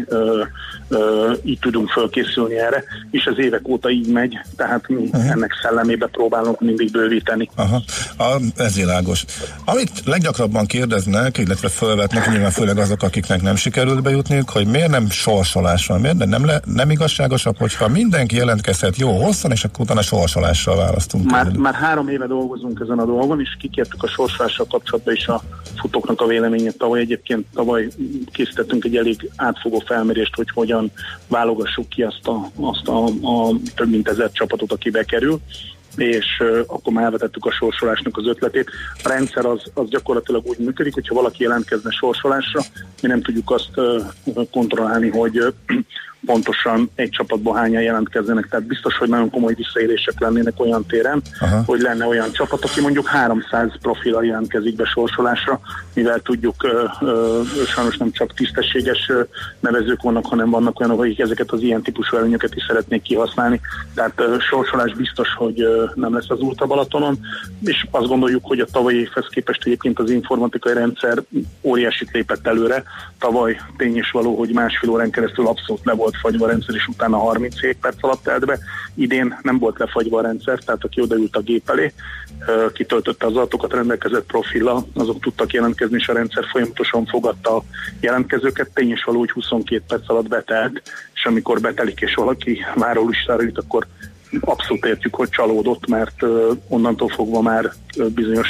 így tudunk fölkészülni erre, és az évek óta így megy, tehát mi ennek szellemébe próbálunk mindig bővíteni.
Ez világos. Amit leggyakrabban kérdeznek, illetve felvetnek, nyilván főleg azok, akiknek nem sikerült bejutniuk, hogy miért nem sorsolás van, miért nem igazságosabb, hogyha mindenki jelentkezhet jó hosszan, és akkor utána sorsolással választunk.
Már 3 éve dolgozunk ezen a dolgon, és kikértük a sorsolással kapcsolatban is a futóknak a véleményét. Tavaly készítettünk egy elég átfogó felmérést, hogy hogyan válogassuk ki azt a több mint 1000 csapatot, aki bekerül, és akkor már elvetettük a sorsolásnak az ötletét. A rendszer az gyakorlatilag úgy működik, hogyha valaki jelentkezne sorsolásra, mi nem tudjuk azt kontrollálni, hogy pontosan egy csapatban hányan jelentkezzenek, tehát biztos, hogy nagyon komoly visszaélések lennének olyan téren, hogy lenne olyan csapat, aki mondjuk 300 profillal jelentkezik be sorsolásra, mivel tudjuk, sajnos nem csak tisztességes nevezők vannak, hanem vannak olyanok, akik ezeket az ilyen típusú előnyöket is szeretnék kihasználni, tehát sorsolás biztos, hogy nem lesz az Ultra Balatonon, és azt gondoljuk, hogy a tavalyi évhez képest egyébként az informatikai rendszer óriásit lépett előre. Tavaly tény is való, hogy 1,5 órán keresztül abszolút le volt fagyva a rendszer, és utána 37 perc alatt telt be. Idén nem volt lefagyva a rendszer, tehát aki odaült a gép elé, kitöltötte az adatokat, rendelkezett profillal, azok tudtak jelentkezni, és a rendszer folyamatosan fogadta a jelentkezőket. Tény is való, hogy 22 perc alatt betelt, és amikor betelik, és valaki várólistára jut, akkor abszolút értjük, hogy csalódott, mert onnantól fogva már bizonyos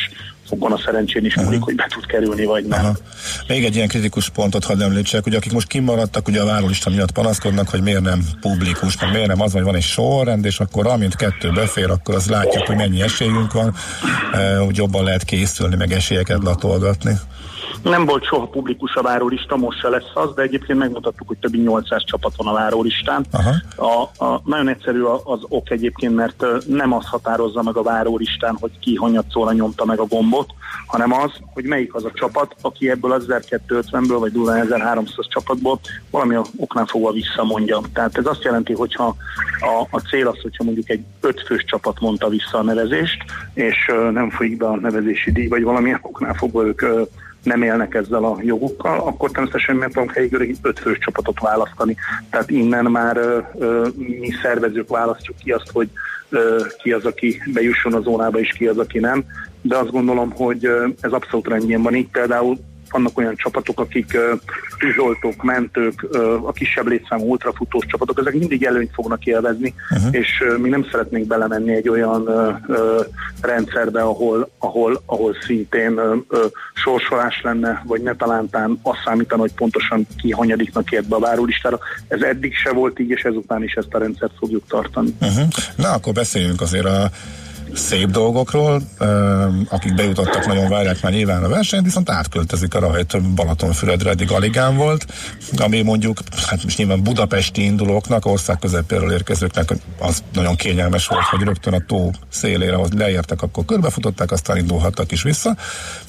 fokon a szerencsén is múlik, hogy be tud kerülni, vagy nem.
Aha. Még egy ilyen kritikus pontot hadd említsek, ugye akik most kimaradtak, ugye a várólista miatt panaszkodnak, hogy miért nem publikus, meg miért nem az, hogy van egy sorrend, és akkor amint 2 befér, akkor azt látjuk, hogy mennyi esélyünk van, hogy jobban lehet készülni, meg esélyeket latolgatni.
Nem volt soha publikus a várólista, most se lesz az, de egyébként megmutattuk, hogy több mint 800 csapat van a várólistán. Nagyon egyszerű az ok egyébként, mert nem az határozza meg a várólistán, hogy ki hanyatszóra nyomta meg a gombot, hanem az, hogy melyik az a csapat, aki ebből az 1250-ből vagy 1300 csapatból valami oknál fogva visszamondja. Tehát ez azt jelenti, hogyha a cél az, hogyha mondjuk egy 5 fős csapat mondta vissza a nevezést, és nem folyik be a nevezési díj, vagy valamilyen oknál fogva ők nem élnek ezzel a jogukkal, akkor természetesen meg tudunk helyileg egy 5 fős csapatot választani. Tehát innen már mi szervezők választjuk ki azt, hogy ki az, aki bejusson a zónába, és ki az, aki nem. De azt gondolom, hogy ez abszolút rendjén van. Így például vannak olyan csapatok, akik tűzoltók, mentők, a kisebb létszámú ultrafutós csapatok, ezek mindig előnyt fognak élvezni, és mi nem szeretnénk belemenni egy olyan rendszerbe, ahol szintén sorsolás lenne, vagy ne talántán azt számítana, hogy pontosan ki hanyadiknak ért be a várólistára. Ez eddig se volt így, és ezután is ezt a rendszert fogjuk tartani.
Na, akkor beszéljünk azért a szép dolgokról, akik bejutottak, nagyon várják már nyilván a versenyt, viszont átköltözik a rajt Balatonfüredre, eddig Aligán volt, ami mondjuk, hát most nyilván budapesti indulóknak, ország közepéről érkezőknek az nagyon kényelmes volt, hogy rögtön a tó szélére, ahogy leértek, akkor körbefutották, aztán indulhattak is vissza.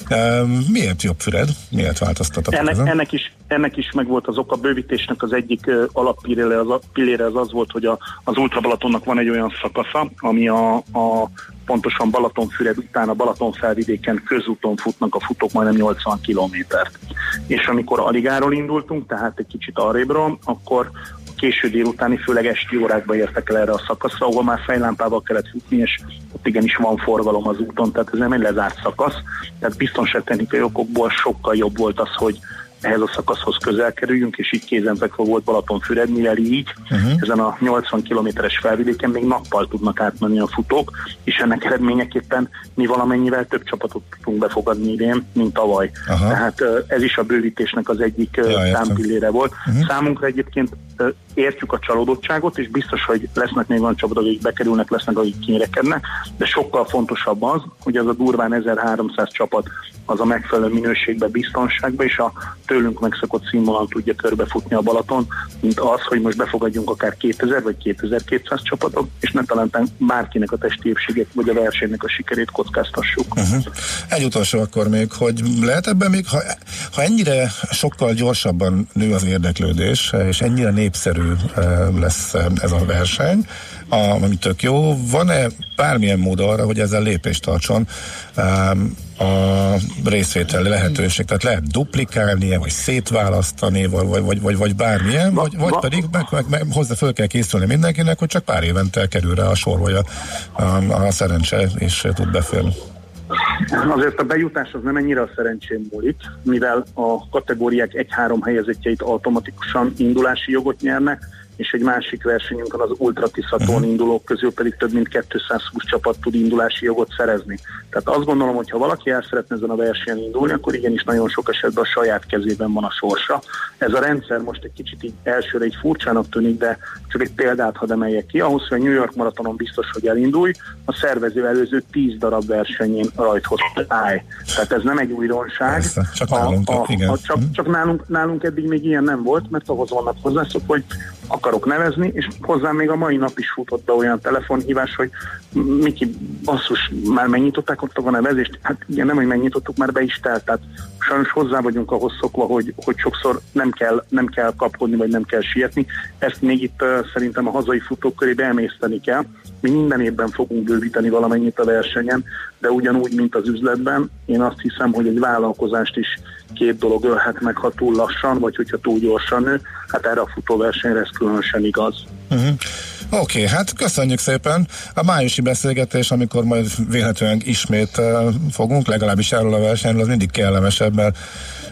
Miért jobb Füred? Miért változtattak ezen?
Ennek is meg volt az oka. Bővítésnek az egyik alappillére az volt, hogy az Ultra Balatonnak van egy olyan szakasza, ami pontosan Balatonfüred után a Balatonfelvidéken közúton futnak a futók majdnem 80 kilométert. És amikor Aligáról indultunk, tehát egy kicsit arrébről, akkor késő délutáni, főleg esti órákban értek el erre a szakaszra, ahol már fejlámpával kellett futni, és ott igenis van forgalom az úton, tehát ez nem egy lezárt szakasz. Tehát biztonságtechnikai okokból sokkal jobb volt az, hogy ehhez a szakaszhoz közel kerüljünk, és így kézenfekvő volt Balatonfüred, mivel így ezen a 80 kilométeres felvidéken még nappal tudnak átmenni a futók, és ennek eredményeképpen mi valamennyivel több csapatot tudunk befogadni idén, mint tavaly. Tehát ez is a bővítésnek az egyik számpillére volt. Számunkra egyébként értjük a csalódottságot, és biztos, hogy lesznek még olyan csapatok, akik bekerülnek, lesznek, akik kinyerekednek, de sokkal fontosabb az, hogy az a durván 1300 csapat az a megfelelő minőségben, biztonságban, és a tőlünk megszokott színvonalon tudja körbefutni a Balaton, mint az, hogy most befogadjunk akár 2000 vagy 2200 csapatot, és ne talán bárkinek a testi épségét vagy a versenynek a sikerét kockáztassuk.
Egy utolsó akkor még, hogy lehet ebben még, ha ennyire sokkal gyorsabban nő az érdeklődés, és ennyire népszerű lesz ez a verseny, ami tök jó, van-e bármilyen mód arra, hogy ezzel lépést tartson a részvételi lehetőség? Tehát lehet duplikálni, vagy szétválasztani, vagy bármilyen, vagy pedig meg hozzá föl kell készülni mindenkinek, hogy csak pár évente kerül rá a sor, vagy a szerencse, és tud beférni.
Azért a bejutás az nem ennyire a szerencsén múlik, mivel a kategóriák 1-3 helyezettjeit automatikusan indulási jogot nyernek, és egy másik versenyünkön az Ultra Tiszatón indulók közül pedig több mint 220 csapat tud indulási jogot szerezni. Tehát azt gondolom, hogy ha valaki el szeretne ezen a versenyen indulni, akkor igenis nagyon sok esetben a saját kezében van a sorsa. Ez a rendszer most egy kicsit így elsőre egy furcsának tűnik, de csak egy példát hadd emeljek ki. Ahhoz, hogy a New York maratonon biztos, hogy elindulj, a szervező előző 10 darab versenyén rajthoz állj. Tehát ez nem egy újdonság.
Persze, csak nálunk, igen.
Csak nálunk eddig még ilyen nem volt, mert ahhoz vannak hozzászok, hogy akarok nevezni, és hozzám még a mai nap is futott be olyan telefonhívás, hogy Miki, basszus, már megnyitották ott a nevezést? Hát igen, nem, hogy megnyitottuk, már be is telt, tehát sajnos hozzá vagyunk ahhoz szokva, hogy sokszor nem kell kapkodni, vagy nem kell sietni. Ezt még itt szerintem a hazai futók körébe emészteni kell. Mi minden évben fogunk bővíteni valamennyit a versenyen, de ugyanúgy, mint az üzletben, én azt hiszem, hogy egy vállalkozást is 2 dolog ölhet meg, ha túl lassan, vagy hogyha túl gyorsan nő. Hát erre a futóversenyre ez különösen igaz.
Oké, hát köszönjük szépen. A májusi beszélgetés, amikor majd véletlenül ismét fogunk, legalábbis erről a versenyről, az mindig kellemesebb, mert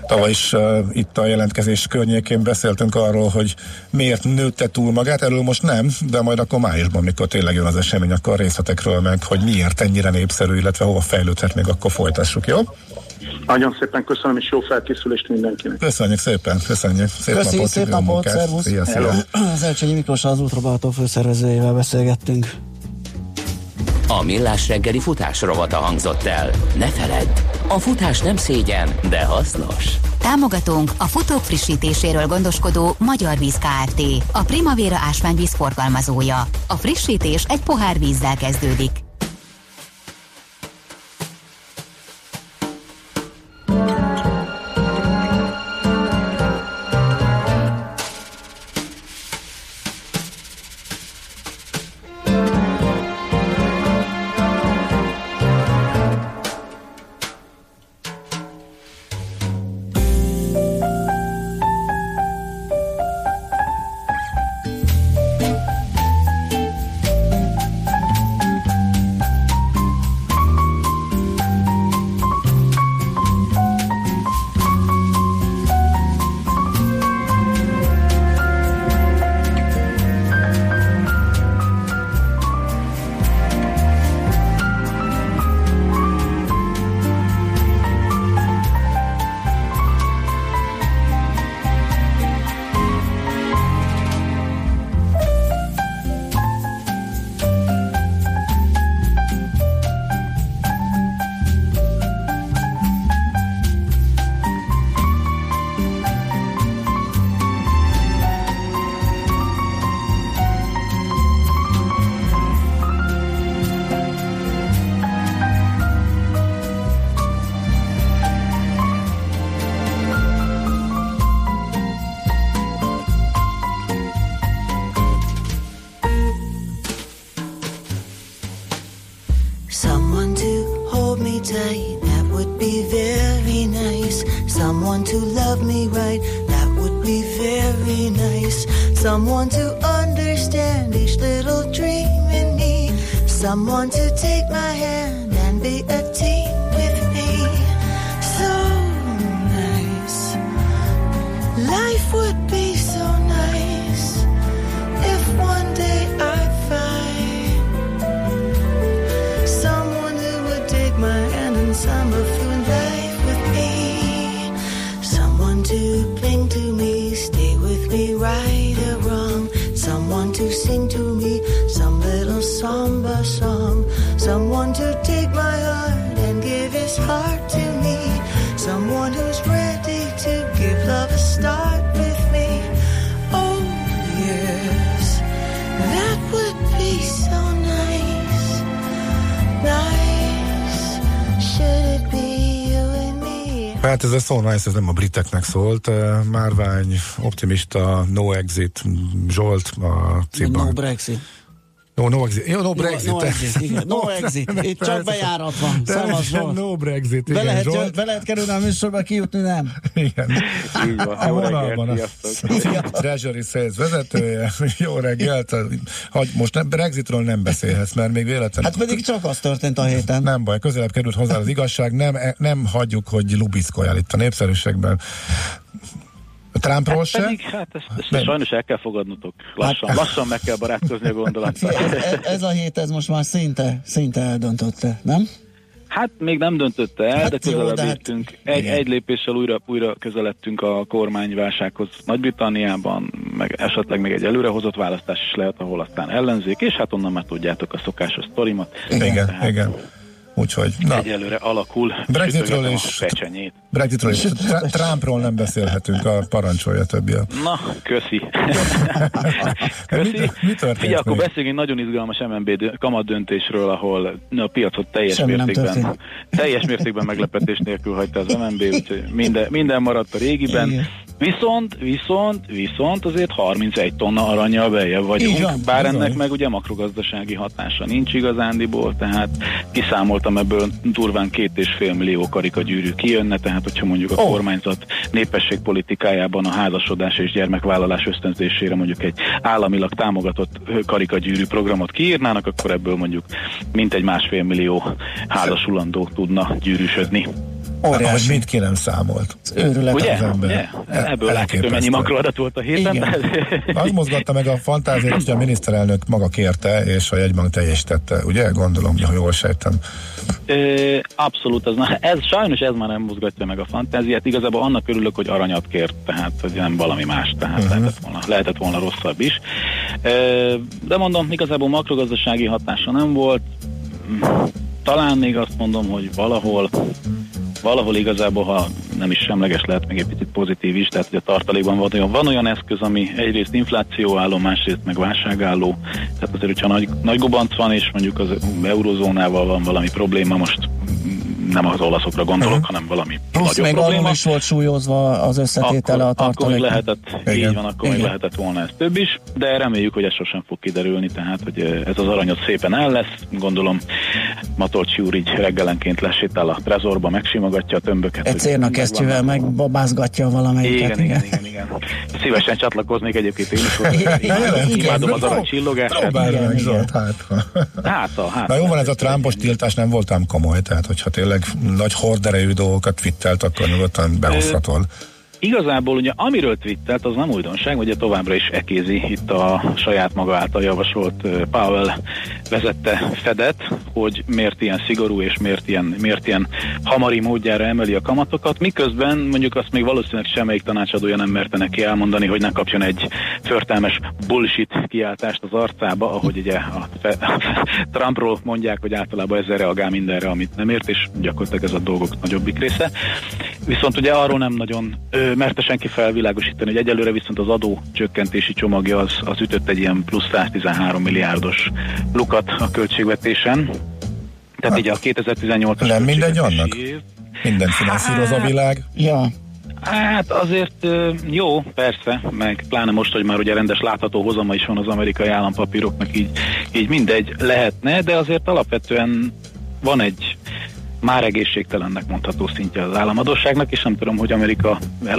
Tavaly is itt a jelentkezés környékén beszéltünk arról, hogy miért nőtte túl magát, erről most nem, de majd akkor májusban, mikor tényleg jön az esemény, akkor a részletekről meg, hogy miért ennyire népszerű, illetve hova fejlődhet, még akkor folytassuk, jó?
Nagyon szépen köszönöm, és jó felkészülést mindenkinek.
Köszönjük szépen, köszönjük.
Szép napot, szervusz. Az Elcsényi Miklós, az Útpróbáltató főszervezőjével beszélgettünk.
A Millás reggeli futás rovata hangzott el. Ne feledd, a futás nem szégyen, de hasznos.
Támogatónk a futók frissítéséről gondoskodó Magyar Víz Kft. A Primavera ásványvíz forgalmazója. A frissítés egy pohár vízzel kezdődik.
Someone to love me right, that would be very nice. Someone to understand each little dream in me. Someone to take my hand and be a team with me. So nice. Life would be so nice if one day I find someone who would take my hand and summer through life with me. Someone to cling to me, stay with me right or wrong. Someone to sing to me some little samba song. Someone to take my heart and give his heart to me. Someone who's ready to give love a start with me. Oh yes, that would be so nice. Nice, should it be you and me?
Hát ez a So Nice, ez nem a briteknek szólt. Márvány, optimista, No Exit, Zsolt a címban.
No Brexit.
No exit. Jó, no Brexit.
No exit, igen. No exit. Itt csak bejárat van. Szevasz, Zsolt.
No Brexit, igen, Zsolt.
Be lehet kerülni a műsorba, kijutni nem.
Igen.
A vonalban a
Treasury Sales vezetője. Jó reggelt. Most Brexitről nem beszélhetsz, mert még véletlenül...
Hát pedig csak az történt a héten.
Nem baj, közelebb került hozzá az igazság. Nem hagyjuk, hogy lubiszkoljál itt a népszerűségben. Trumpról
hát
se?
Pedig, ezt sajnos el kell fogadnotok. Lassan meg kell barátkozni a gondolattal.
Ez a hét, ez most már szinte eldöntötte, nem?
Hát még nem döntötte el,
hát
de közelebb értünk. Egy lépéssel újra közeledtünk a kormányválsághoz Nagy-Britanniában, meg esetleg még egy előrehozott választás is lehet, ahol aztán ellenzék, és hát onnan már tudjátok a szokásos sztorimat.
Igen. Úgyhogy, na.
Egyelőre alakul.
Brexitről és Trumpról nem beszélhetünk, a parancsolja többiek.
Na, köszi.
Mi történt?
Figyelj, akkor beszéljünk egy nagyon izgalmas MNB kamat döntésről, ahol a piacot teljes mértékben meglepetés nélkül hagyta az MNB, úgyhogy minden maradt a régiben. Igen. Viszont azért 31 tonna arannyal beljebb vagyunk, bár ennek meg ugye makrogazdasági hatása nincs igazándiból, tehát kiszámoltam, ebből durván 2,5 millió karikagyűrű kijönne, tehát hogyha mondjuk a kormányzat népességpolitikájában a házasodás és gyermekvállalás ösztönzésére mondjuk egy államilag támogatott karikagyűrű programot kiírnának, akkor ebből mondjuk mintegy 1,5 millió házasulandó tudna gyűrűsödni.
Ahogy mit ki nem számolt.
Őrület
ugye?
az ember.
Ugye? Ebből látjuk, hogy mennyi makroadat volt a héten.
Az mozgatta meg a fantáziát, hogy a miniszterelnök maga kérte, és a jegybank teljesítette. Ugye? Gondolom, hogy jól sejtem.
Abszolút, sajnos ez már nem mozgatja meg a fantáziát. Igazából annak örülök, hogy aranyat kért, tehát hogy nem valami más, tehát lehetett volna rosszabb is. De mondom, igazából makrogazdasági hatása nem volt. Talán még azt mondom, hogy valahol igazából, ha nem is semleges, lehet még egy picit pozitív is, tehát hogy a tartalékban van olyan eszköz, ami egyrészt inflációálló, másrészt meg válságálló, tehát azért, hogyha nagy gubanc van, és mondjuk az eurozónával van valami probléma, most nem az olaszokra gondolok, hanem valami
plusz
nagyobb
még
probléma.
Alul is volt súlyozva az összetétele a tartaléknak.
Akkor még lehetett volna ez több is, de reméljük, hogy ez sosem fog kiderülni, tehát hogy ez az aranyat szépen el lesz, gondolom Matolcsi úr így reggelenként lesétál a trezorba, megsimogatja a tömböket.
Egy cérnakesztyűvel megbabázgatja valamelyiket.
Igen. Szívesen csatlakoznék egyébként én is, imádom az arany csillogását.
Na jó van, ez a Trumpos tiltás nem voltam komoly, tehát hogyha tényleg nagy horderejű dolgokat twittelt, akkor nyugodtan behozhatod.
Igazából ugye amiről twittelt, az nem újdonság, ugye továbbra is ekézi itt a saját maga által javasolt Powell vezette Fedet, hogy miért ilyen szigorú és miért ilyen hamari módjára emeli a kamatokat, miközben mondjuk azt még valószínűleg semmelyik tanácsadója nem merte neki elmondani, hogy ne kapjon egy förtelmes bullshit kiáltást az arcába, ahogy ugye a Trumpról mondják, hogy általában ezzel reagál mindenre, amit nem ért, és gyakorlatilag ez a dolgok nagyobbik része. Viszont ugye arról nem nagyon merte senki felvilágosítani, hogy egyelőre viszont az adó csökkentési csomagja az ütött egy ilyen plusz 113 milliárdos lukat a költségvetésen. Tehát így a 2018-as
nem mindegy annak? Minden finanszíroz a világ.
Ja.
Hát azért jó, persze, meg pláne most, hogy már ugye rendes látható hozama is van az amerikai állampapíroknak, így mindegy lehetne, de azért alapvetően van egy már egészségtelennek mondható szintje az államadósságnak, és nem tudom, hogy Amerika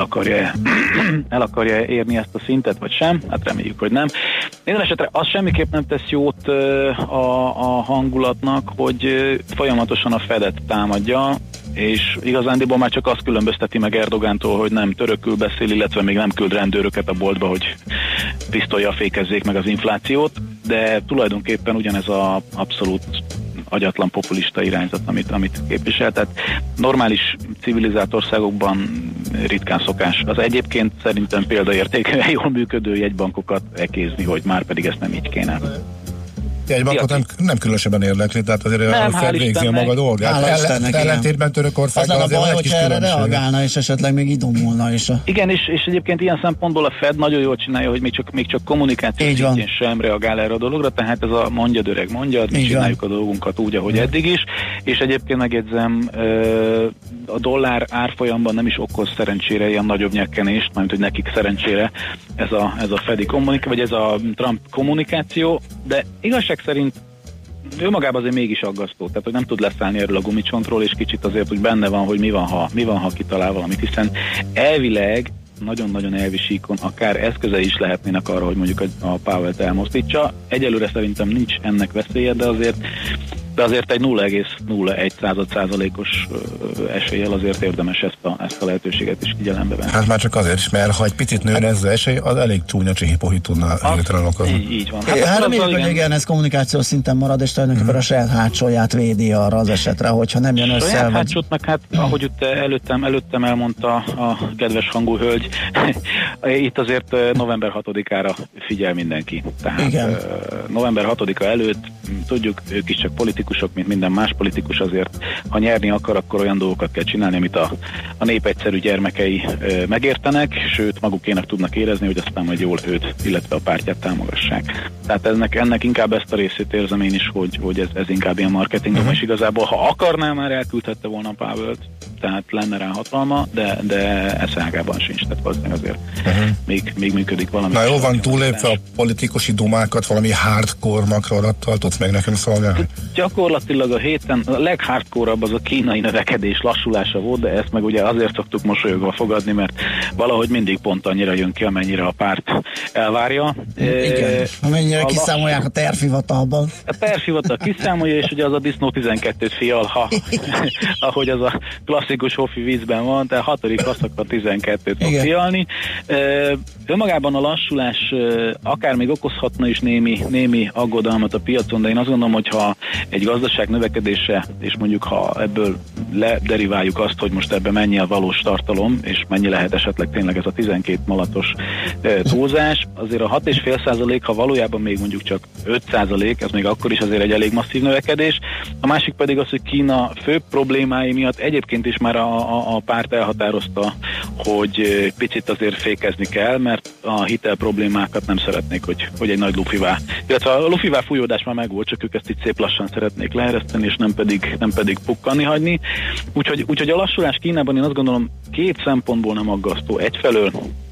el akarja érni ezt a szintet, vagy sem, hát reméljük, hogy nem. Minden esetre az semmiképp nem tesz jót a hangulatnak, hogy folyamatosan a Fedet támadja, és igazándiból már csak azt különbözteti meg Erdogántól, hogy nem törökül beszél, illetve még nem küld rendőröket a boltba, hogy pisztollyal fékezzék meg az inflációt, de tulajdonképpen ugyanez az abszolút agyatlan populista irányzat, amit képvisel. Tehát normális civilizált országokban ritkán szokás. Az egyébként szerintem példaértékűen jól működő jegybankokat ekézni, hogy már pedig ezt nem így kéne.
Jegybankot nem különösebben érdekli, tehát azért a Fed végzi a maga dolgát. Ellentétben Törökországgal
azért van egy kis különbség. Az lenne a baj, hogy erre reagálna, és esetleg még idomulna is.
Igen, és egyébként ilyen szempontból a Fed nagyon jól csinálja, hogy még csak kommunikáció szintjén sem reagál erre a dologra, tehát ez a mondjad öreg mondjad, mi csináljuk a dolgunkat úgy, ahogy eddig is, és egyébként megjegyzem, a dollár árfolyamban nem is okoz szerencsére ilyen nagyobb nyekkenést, mármint hogy nekik szerencsére ez a Fedi kommunikáció, vagy ez a Trump kommunikáció, de igazság szerint ő magában azért mégis aggasztó, tehát hogy nem tud leszállni erről a gumicsontról, és kicsit azért úgy benne van, hogy mi van, ha kitalál valamit, hiszen elvileg nagyon-nagyon elvisíkon akár eszközei is lehetnének arra, hogy mondjuk a Powell-t elmozdítsa. Egyelőre szerintem nincs ennek veszélye, de azért egy 0,01%-os eséllyel azért érdemes ezt a lehetőséget is figyelembe venni.
Hát már csak azért is, mert ha egy picit nőne ez az esély, az elég csúnya csihipohit tudna hirtelen okozni.
Így van.
Hát reméljük, hogy igen, ez kommunikációs szinten marad, és tulajdonképpen a saját hátsóját védi arra az esetre, hogyha nem jön össze.
Saját hátsót, meg hát ahogy itt előttem elmondta a kedves hangú hölgy, itt azért november 6-ára figyel mindenki. Tehát november 6-a előtt tudjuk, ők is csak politikusok, mint minden más politikus, azért ha nyerni akar, akkor olyan dolgokat kell csinálni, amit a nép egyszerű gyermekei megértenek, sőt magukének tudnak érezni, hogy aztán majd jól őt, illetve a pártját támogassák. Tehát ennek inkább ezt a részét érzem én is, hogy ez inkább ilyen marketing, és igazából ha akarná, már elküldhette volna Powell-t, tehát lenne rá hatalma, de eszágában sincs, tehát valószínűleg azért még működik valami.
Na jó, van túlépve a politikusi dumákat, valami hardcore makroadattal tudsz meg nekünk szolgálni?
Gyakorlatilag a héten a leghardcore-abb az a kínai növekedés lassulása volt, de ezt meg ugye azért szoktuk mosolyogva fogadni, mert valahogy mindig pont annyira jön ki, amennyire a párt elvárja.
Igen, amennyire kiszámolják a tervhivatalban.
A tervhivatal kiszámolja, és ugye az a disznó 12-t fial, ahogy az a klasszikus hofi vízben van, tehát 6. kaszakra 12-t fog fialni. Önmagában a lassulás akár még okozhatna is némi aggodalmat a piacon, de én azt gondolom, hogyha egy gazdaság növekedése, és mondjuk ha ebből lederiváljuk azt, hogy most ebben mennyi a valós tartalom, és mennyi lehet esetleg tényleg ez a 12 malatos túlzás, azért a 6,5%, ha valójában még mondjuk csak 5%, ez még akkor is azért egy elég masszív növekedés. A másik pedig az, hogy Kína fő problémái miatt egyébként is már a párt elhatározta, hogy picit azért fékezni kell, mert a hitel problémákat nem szeretnék, hogy egy nagy lufivá, illetve a lufivá fújódás már megvolt, csak ők ezt itt szép lassan szeretnék leereszteni, és nem pedig pukkanni hagyni. Úgyhogy a lassulás Kínában én azt gondolom két szempontból nem aggasztó. Egyfelől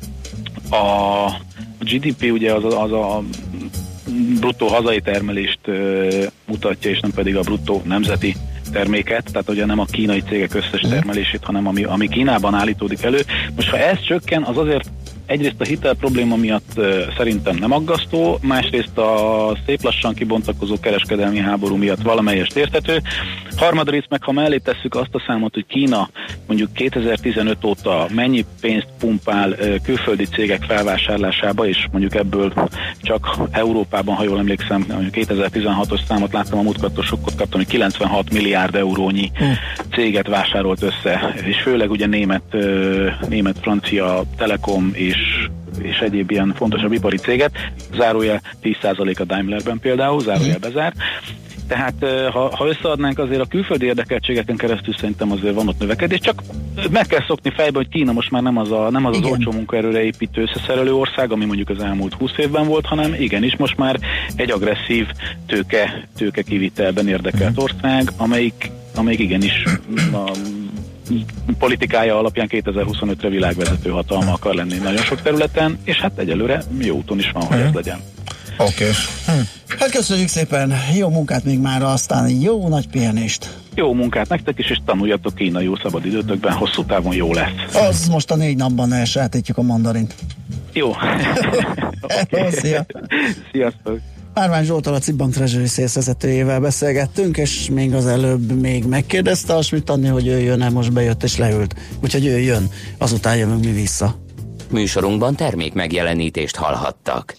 a GDP ugye az a bruttó hazai termelést mutatja, és nem pedig a bruttó nemzeti terméket, tehát ugye nem a kínai cégek összes termelését, hanem ami Kínában állítódik elő. Most ha ez csökken, az azért egyrészt a hitel probléma miatt szerintem nem aggasztó, másrészt a szép lassan kibontakozó kereskedelmi háború miatt valamelyest érthető. Harmadrészt meg, ha mellé tesszük azt a számot, hogy Kína mondjuk 2015 óta mennyi pénzt pumpál külföldi cégek felvásárlásába, és mondjuk ebből csak Európában, ha jól emlékszem, 2016-os számot láttam, a múltkor sokkot kaptam, hogy 96 milliárd eurónyi céget vásárolt össze, és főleg ugye német, francia, Telekom és egyéb ilyen fontosabb ipari céget, zárójel 10% a Daimlerben például, zárójel bezár. Tehát ha összeadnánk, azért a külföldi érdekeltségeken keresztül szerintem azért van ott növekedés, csak meg kell szokni fejbe, hogy Kína most már nem az olcsó munkaerőre építő összeszerelő ország, ami mondjuk az elmúlt 20 évben volt, hanem igenis most már egy agresszív tőke kivitelben érdekelt ország, amelyik igenis a politikája alapján 2025-re világvezető hatalma akar lenni nagyon sok területen, és hát egyelőre jó úton is van, hogy ez legyen.
Oké. Hát köszönjük szépen, jó munkát még már, aztán jó nagy pihenést.
Jó munkát nektek is, és tanuljatok kínaiul szabadidőtökben, hosszú távon jó lesz.
Az most a 4 napban elsajátítjuk a mandarint.
Jó.
Okay. Szia.
Sziasztok.
Árvány Zsolttal, a Cibbank Treasury Sales vezetőjével beszélgettünk, és még az előbb még megkérdezte a Schmidt Anni, hogy ő jön-e, most bejött és leült. Úgyhogy ő jön, azután jövünk mi vissza.
Műsorunkban termék megjelenítést hallhattak.